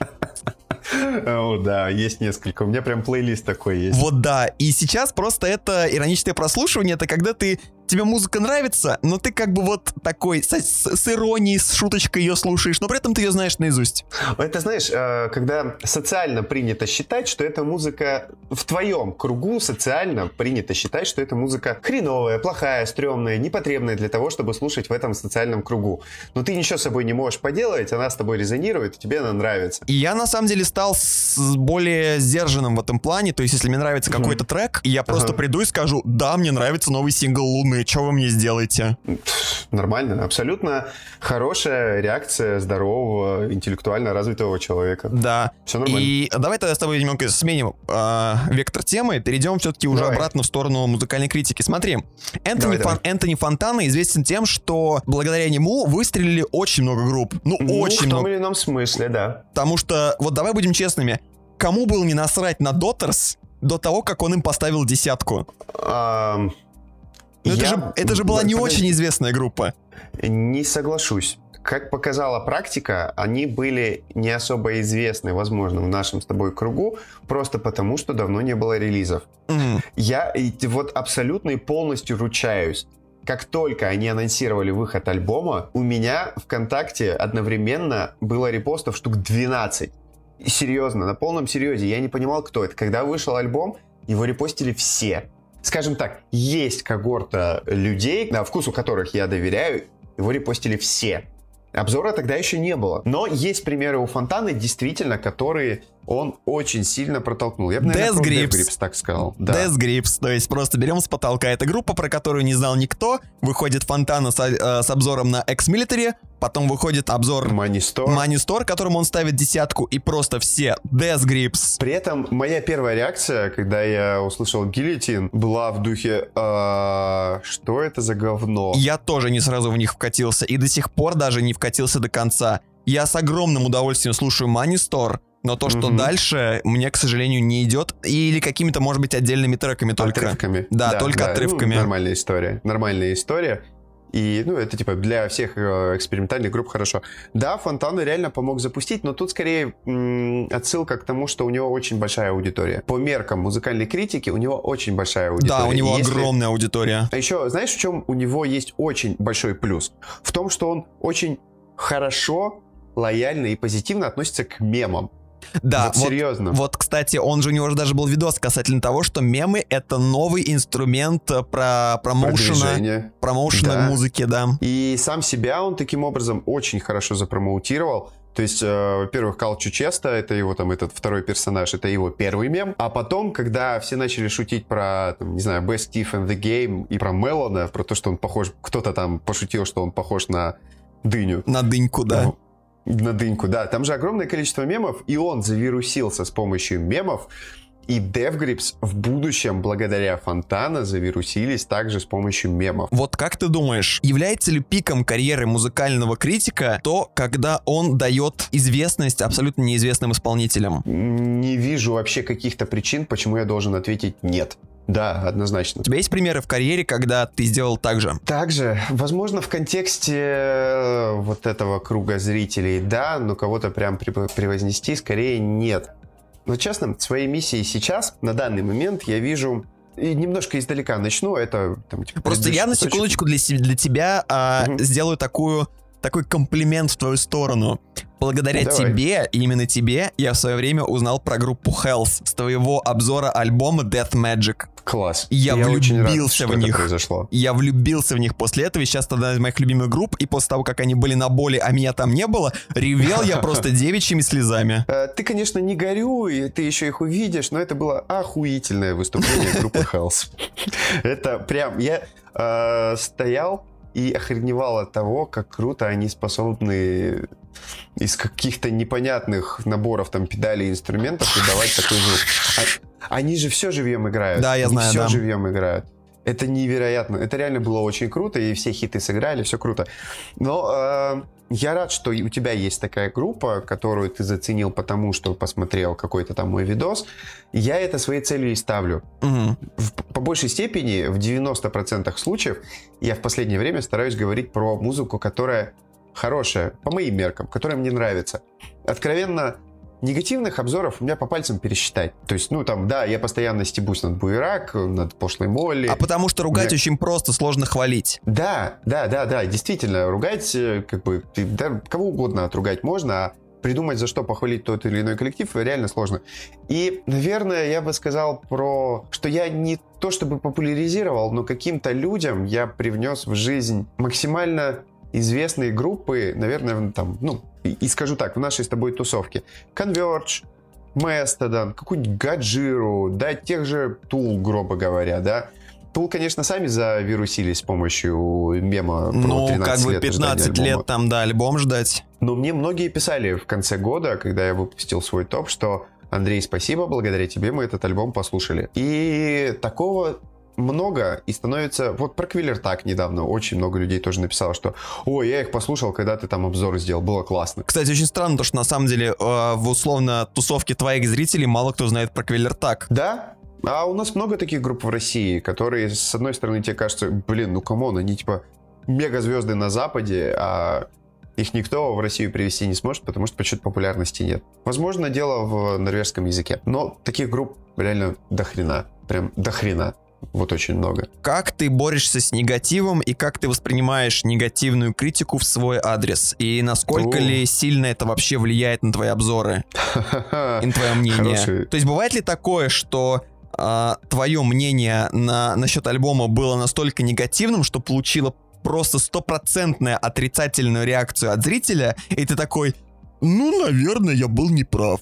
О, да, есть несколько. У меня прям плейлист такой есть. Вот да. И сейчас просто это ироничное прослушивание, это когда тебе музыка нравится, но ты как бы вот такой с иронией, с шуточкой ее слушаешь, но при этом ты ее знаешь наизусть. Это, знаешь, когда социально принято считать, что эта музыка в твоем кругу социально принято считать, что эта музыка хреновая, плохая, стрёмная, непотребная для того, чтобы слушать в этом социальном кругу. Но ты ничего с собой не можешь поделать, она с тобой резонирует, и тебе она нравится. И я на самом деле стал более сдержанным в этом плане, то есть если мне нравится какой-то трек, я просто приду и скажу: да, мне нравится новый сингл Луны, что вы мне сделаете? Нормально, абсолютно хорошая реакция здорового, интеллектуально развитого человека. Да. Все нормально. И давай тогда с тобой немного сменим вектор темы, перейдем все-таки уже обратно в сторону музыкальной критики. Смотри, Энтони Фонтана известен тем, что благодаря нему выстрелили очень много групп. Очень много. В том или ином смысле, да. Потому что, вот давай будем честными, кому было не насрать на Дотерс до того, как он им поставил 10? Это же была не очень известная группа. Не соглашусь. Как показала практика, они были не особо известны, возможно, в нашем с тобой кругу, просто потому, что давно не было релизов. Я вот абсолютно и полностью ручаюсь. Как только они анонсировали выход альбома, у меня ВКонтакте одновременно было репостов штук 12. И серьезно, на полном серьезе, я не понимал, кто это. Когда вышел альбом, его репостили все. Скажем так, есть когорта людей, на вкусу которых я доверяю, его репостили все. Обзора тогда еще не было. Но есть примеры у Фонтаны, действительно, которые он очень сильно протолкнул. Я бы, наверное, Death Grips так сказал. Да. Death Grips, то есть просто берем с потолка. Это группа, про которую не знал никто. Выходит Фонтана с обзором на Ex-Military, потом выходит обзор Money Store, которому он ставит 10, и просто все Death Grips. При этом моя первая реакция, когда я услышал Guillotine, была в духе: что это за говно? Я тоже не сразу в них вкатился, и до сих пор даже не вкатился до конца. Я с огромным удовольствием слушаю Money Store, но то, что дальше, мне, к сожалению, не идет. Или какими-то, может быть, отдельными треками только. Отрывками. Да, только отрывками. Нормальная история. И, это типа для всех экспериментальных групп хорошо. Да, Фонтана реально помог запустить, но тут скорее отсылка к тому, что у него очень большая аудитория. По меркам музыкальной критики у него очень большая аудитория. Да, у него огромная аудитория. А еще, знаешь, в чем у него есть очень большой плюс? В том, что он очень хорошо, лояльно и позитивно относится к мемам. Да, вот серьезно. Вот, кстати, у него же даже был видос касательно того, что мемы — это новый инструмент промоушена да. музыки, да. И сам себя он таким образом очень хорошо запромоутировал. То есть, во-первых, Кал Чучесто, это его там этот второй персонаж, это его первый мем. А потом, когда все начали шутить про, там, не знаю, Best Thief in the Game и про Мелона, про то, что он похож, кто-то там пошутил, что он похож на дыню. На дыньку, да. На дыньку, да. Там же огромное количество мемов, и он завирусился с помощью мемов. И Death Grips в будущем, благодаря Фонтана, завирусились также с помощью мемов. Вот как ты думаешь, является ли пиком карьеры музыкального критика то, когда он дает известность абсолютно неизвестным исполнителям? Не вижу вообще каких-то причин, почему я должен ответить «нет». Да, однозначно. У тебя есть примеры в карьере, когда ты сделал так же? Также, возможно, в контексте вот этого круга зрителей, да, но кого-то прям превознести скорее нет. Но честно, своей миссией сейчас, на данный момент, я вижу... И немножко издалека начну, это... Там, типа, просто я на секундочку для тебя сделаю такой комплимент в твою сторону. Благодаря тебе, именно тебе, я в свое время узнал про группу Hells с твоего обзора альбома Death Magic. Класс. Я влюбился в них. Произошло. Я влюбился в них после этого, и сейчас одна из моих любимых групп, и после того, как они были на боли, а меня там не было, ревел я просто девичьими слезами. Ты, конечно, не горюй, ты еще их увидишь, но это было охуительное выступление группы Hells. Это прям... Я стоял и охреневал от того, как круто они способны из каких-то непонятных наборов там педалей и инструментов выдавать такой звук. Они же все живьем играют. Да, я знаю, все живьем играют. Это невероятно. Это реально было очень круто, и все хиты сыграли, все круто. Но я рад, что у тебя есть такая группа, которую ты заценил потому, что посмотрел какой-то там мой видос. Я это своей целью и ставлю. По большей степени, в 90% случаев, я в последнее время стараюсь говорить про музыку, которая хорошая, по моим меркам, которая мне нравится. Откровенно, негативных обзоров у меня по пальцам пересчитать. То есть, ну там, да, я постоянно стебусь над Буерак, над Пошлой Молли. А потому что ругать очень просто, сложно хвалить. Да, действительно, ругать, как бы, да, кого угодно отругать можно, а придумать, за что похвалить тот или иной коллектив, реально сложно. И, наверное, я бы сказал что я не то чтобы популяризировал, но каким-то людям я привнес в жизнь максимально известные группы, наверное, там, и скажу так, в нашей с тобой тусовке. Converge, Mastodon, какую-нибудь Гаджиру, да, тех же Tool, грубо говоря, да. Tool, конечно, сами завирусились с помощью мема про 13 как бы лет 15 лет там, да, альбом ждать. Но мне многие писали в конце года, когда я выпустил свой топ, что Андрей, спасибо, благодаря тебе мы этот альбом послушали. И такого много, и становится... Вот про Квиллер так недавно очень много людей тоже написало, что «Ой, я их послушал, когда ты там обзор сделал, было классно». Кстати, очень странно, то, что на самом деле в условно тусовке твоих зрителей мало кто знает про Квиллер так. Да, а у нас много таких групп в России, которые, с одной стороны, тебе кажется, блин, ну камон, они типа мегазвезды на Западе, а их никто в Россию привезти не сможет, потому что почему-то популярности нет. Возможно, дело в норвежском языке, но таких групп реально дохрена, прям дохрена. Вот очень много. Как ты борешься с негативом и как ты воспринимаешь негативную критику в свой адрес? И насколько ли сильно это вообще влияет на твои обзоры? И на твое мнение? То есть бывает ли такое, что твое мнение насчет альбома было настолько негативным, что получило просто стопроцентную отрицательную реакцию от зрителя, и ты такой, наверное, я был неправ?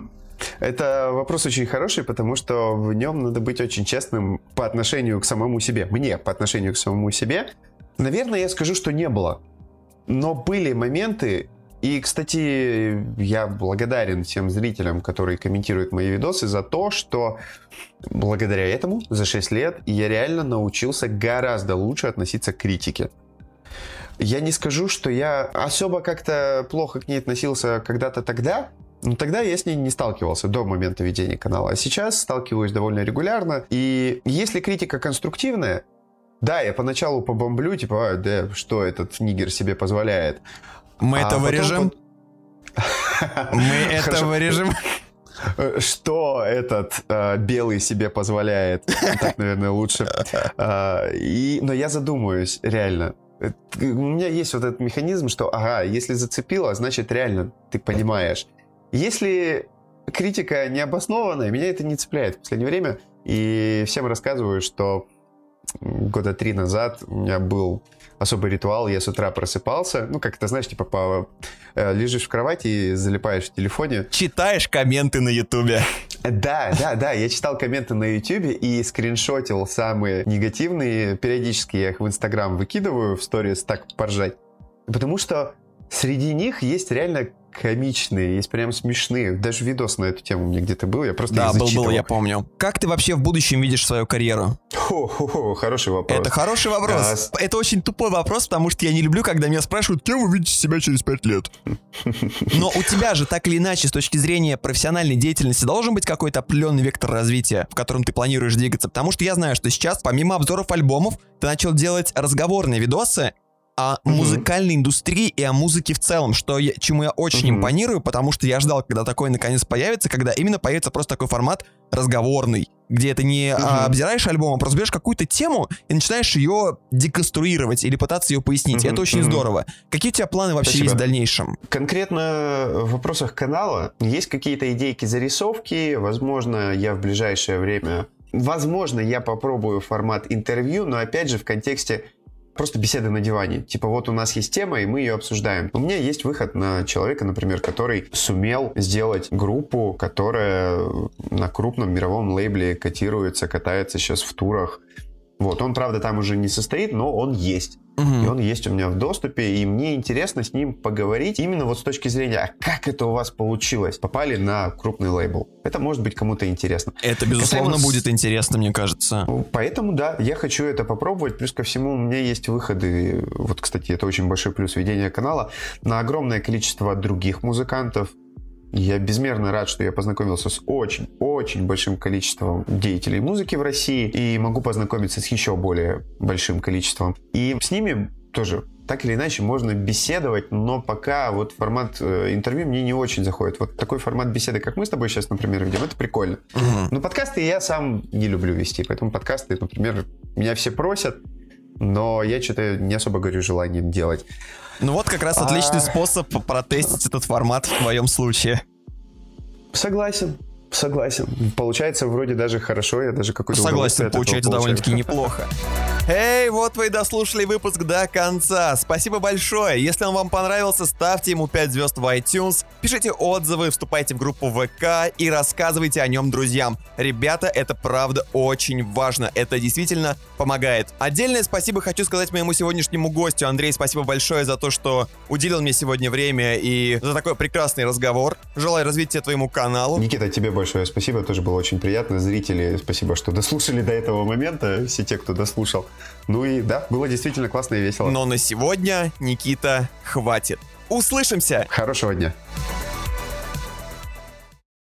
Это вопрос очень хороший, потому что в нем надо быть очень честным по отношению к самому себе. Мне по отношению к самому себе. Наверное, я скажу, что не было. Но были моменты, и, кстати, я благодарен всем зрителям, которые комментируют мои видосы, за то, что благодаря этому за 6 лет я реально научился гораздо лучше относиться к критике. Я не скажу, что я особо как-то плохо к ней относился когда-то тогда, но тогда я с ней не сталкивался до момента ведения канала. А сейчас сталкиваюсь довольно регулярно. И если критика конструктивная, да, я поначалу побомблю, типа, да, что этот нигер себе позволяет. Мы это вырежем. Мы это вырежем. Что этот белый себе позволяет. Так, наверное, лучше. Но я задумаюсь, реально. У меня есть вот этот механизм, что, если зацепило, значит, реально ты понимаешь. Если критика необоснованная, меня это не цепляет в последнее время. И всем рассказываю, что 3 года назад у меня был особый ритуал. Я с утра просыпался. Ну, как это, знаешь, типа лежишь в кровати и залипаешь в телефоне. Читаешь комменты на Ютубе. Да. Я читал комменты на Ютубе и скриншотил самые негативные. Периодически я их в Инстаграм выкидываю, в сторис, так поржать. Потому что среди них есть реально комичные, есть прям смешные. Даже видос на эту тему у меня где-то был, я просто их зачитывал. был, я помню. Как ты вообще в будущем видишь свою карьеру? Хороший вопрос. Это хороший вопрос. Это очень тупой вопрос, потому что я не люблю, когда меня спрашивают, кем вы видите себя через 5 лет. Но у тебя же так или иначе, с точки зрения профессиональной деятельности, должен быть какой-то определенный вектор развития, в котором ты планируешь двигаться. Потому что я знаю, что сейчас, помимо обзоров альбомов, ты начал делать разговорные видосы о музыкальной индустрии и о музыке в целом, чему я очень импонирую, потому что я ждал, когда такой наконец появится, когда именно появится просто такой формат разговорный, где ты не обзираешь альбом, а просто берешь какую-то тему и начинаешь ее деконструировать или пытаться ее пояснить. Это очень здорово. Какие у тебя планы вообще есть в дальнейшем? Конкретно в вопросах канала есть какие-то идейки, зарисовки. Возможно, я в ближайшее время... Возможно, я попробую формат интервью, но опять же в контексте просто беседы на диване. Типа вот у нас есть тема, и мы ее обсуждаем. У меня есть выход на человека, например, который сумел сделать группу, которая на крупном мировом лейбле котируется, катается сейчас в турах. Вот, он, правда, там уже не состоит, но он есть. И он есть у меня в доступе, и мне интересно с ним поговорить именно вот с точки зрения, а как это у вас получилось? Попали на крупный лейбл. Это может быть кому-то интересно. Это, безусловно, будет интересно, мне кажется. Поэтому, да, я хочу это попробовать. Плюс ко всему, у меня есть выходы, вот, кстати, это очень большой плюс ведения канала, на огромное количество других музыкантов. Я безмерно рад, что я познакомился с очень-очень большим количеством деятелей музыки в России и могу познакомиться с еще более большим количеством. И с ними тоже так или иначе можно беседовать, но пока вот формат интервью мне не очень заходит. Вот такой формат беседы, как мы с тобой сейчас, например, ведем, это прикольно. Но подкасты я сам не люблю вести, поэтому подкасты, например, меня все просят, но я что-то не особо горю желанием делать. Ну вот как раз отличный способ протестить этот формат в твоем случае. Согласен. Получается вроде даже хорошо, я даже какой-то согласен, получается довольно-таки неплохо. Эй, вот вы и дослушали выпуск до конца. Спасибо большое. Если он вам понравился, ставьте ему 5 звезд в iTunes, пишите отзывы, вступайте в группу ВК и рассказывайте о нем друзьям. Ребята, это правда очень важно. Это действительно помогает. Отдельное спасибо хочу сказать моему сегодняшнему гостю. Андрей, спасибо большое за то, что уделил мне сегодня время и за такой прекрасный разговор. Желаю развития твоему каналу. Никита, тебе большое спасибо, тоже было очень приятно. Зрители, спасибо, что дослушали до этого момента, все те, кто дослушал. Ну и да, было действительно классно и весело. Но на сегодня, Никита, хватит. Услышимся! Хорошего дня!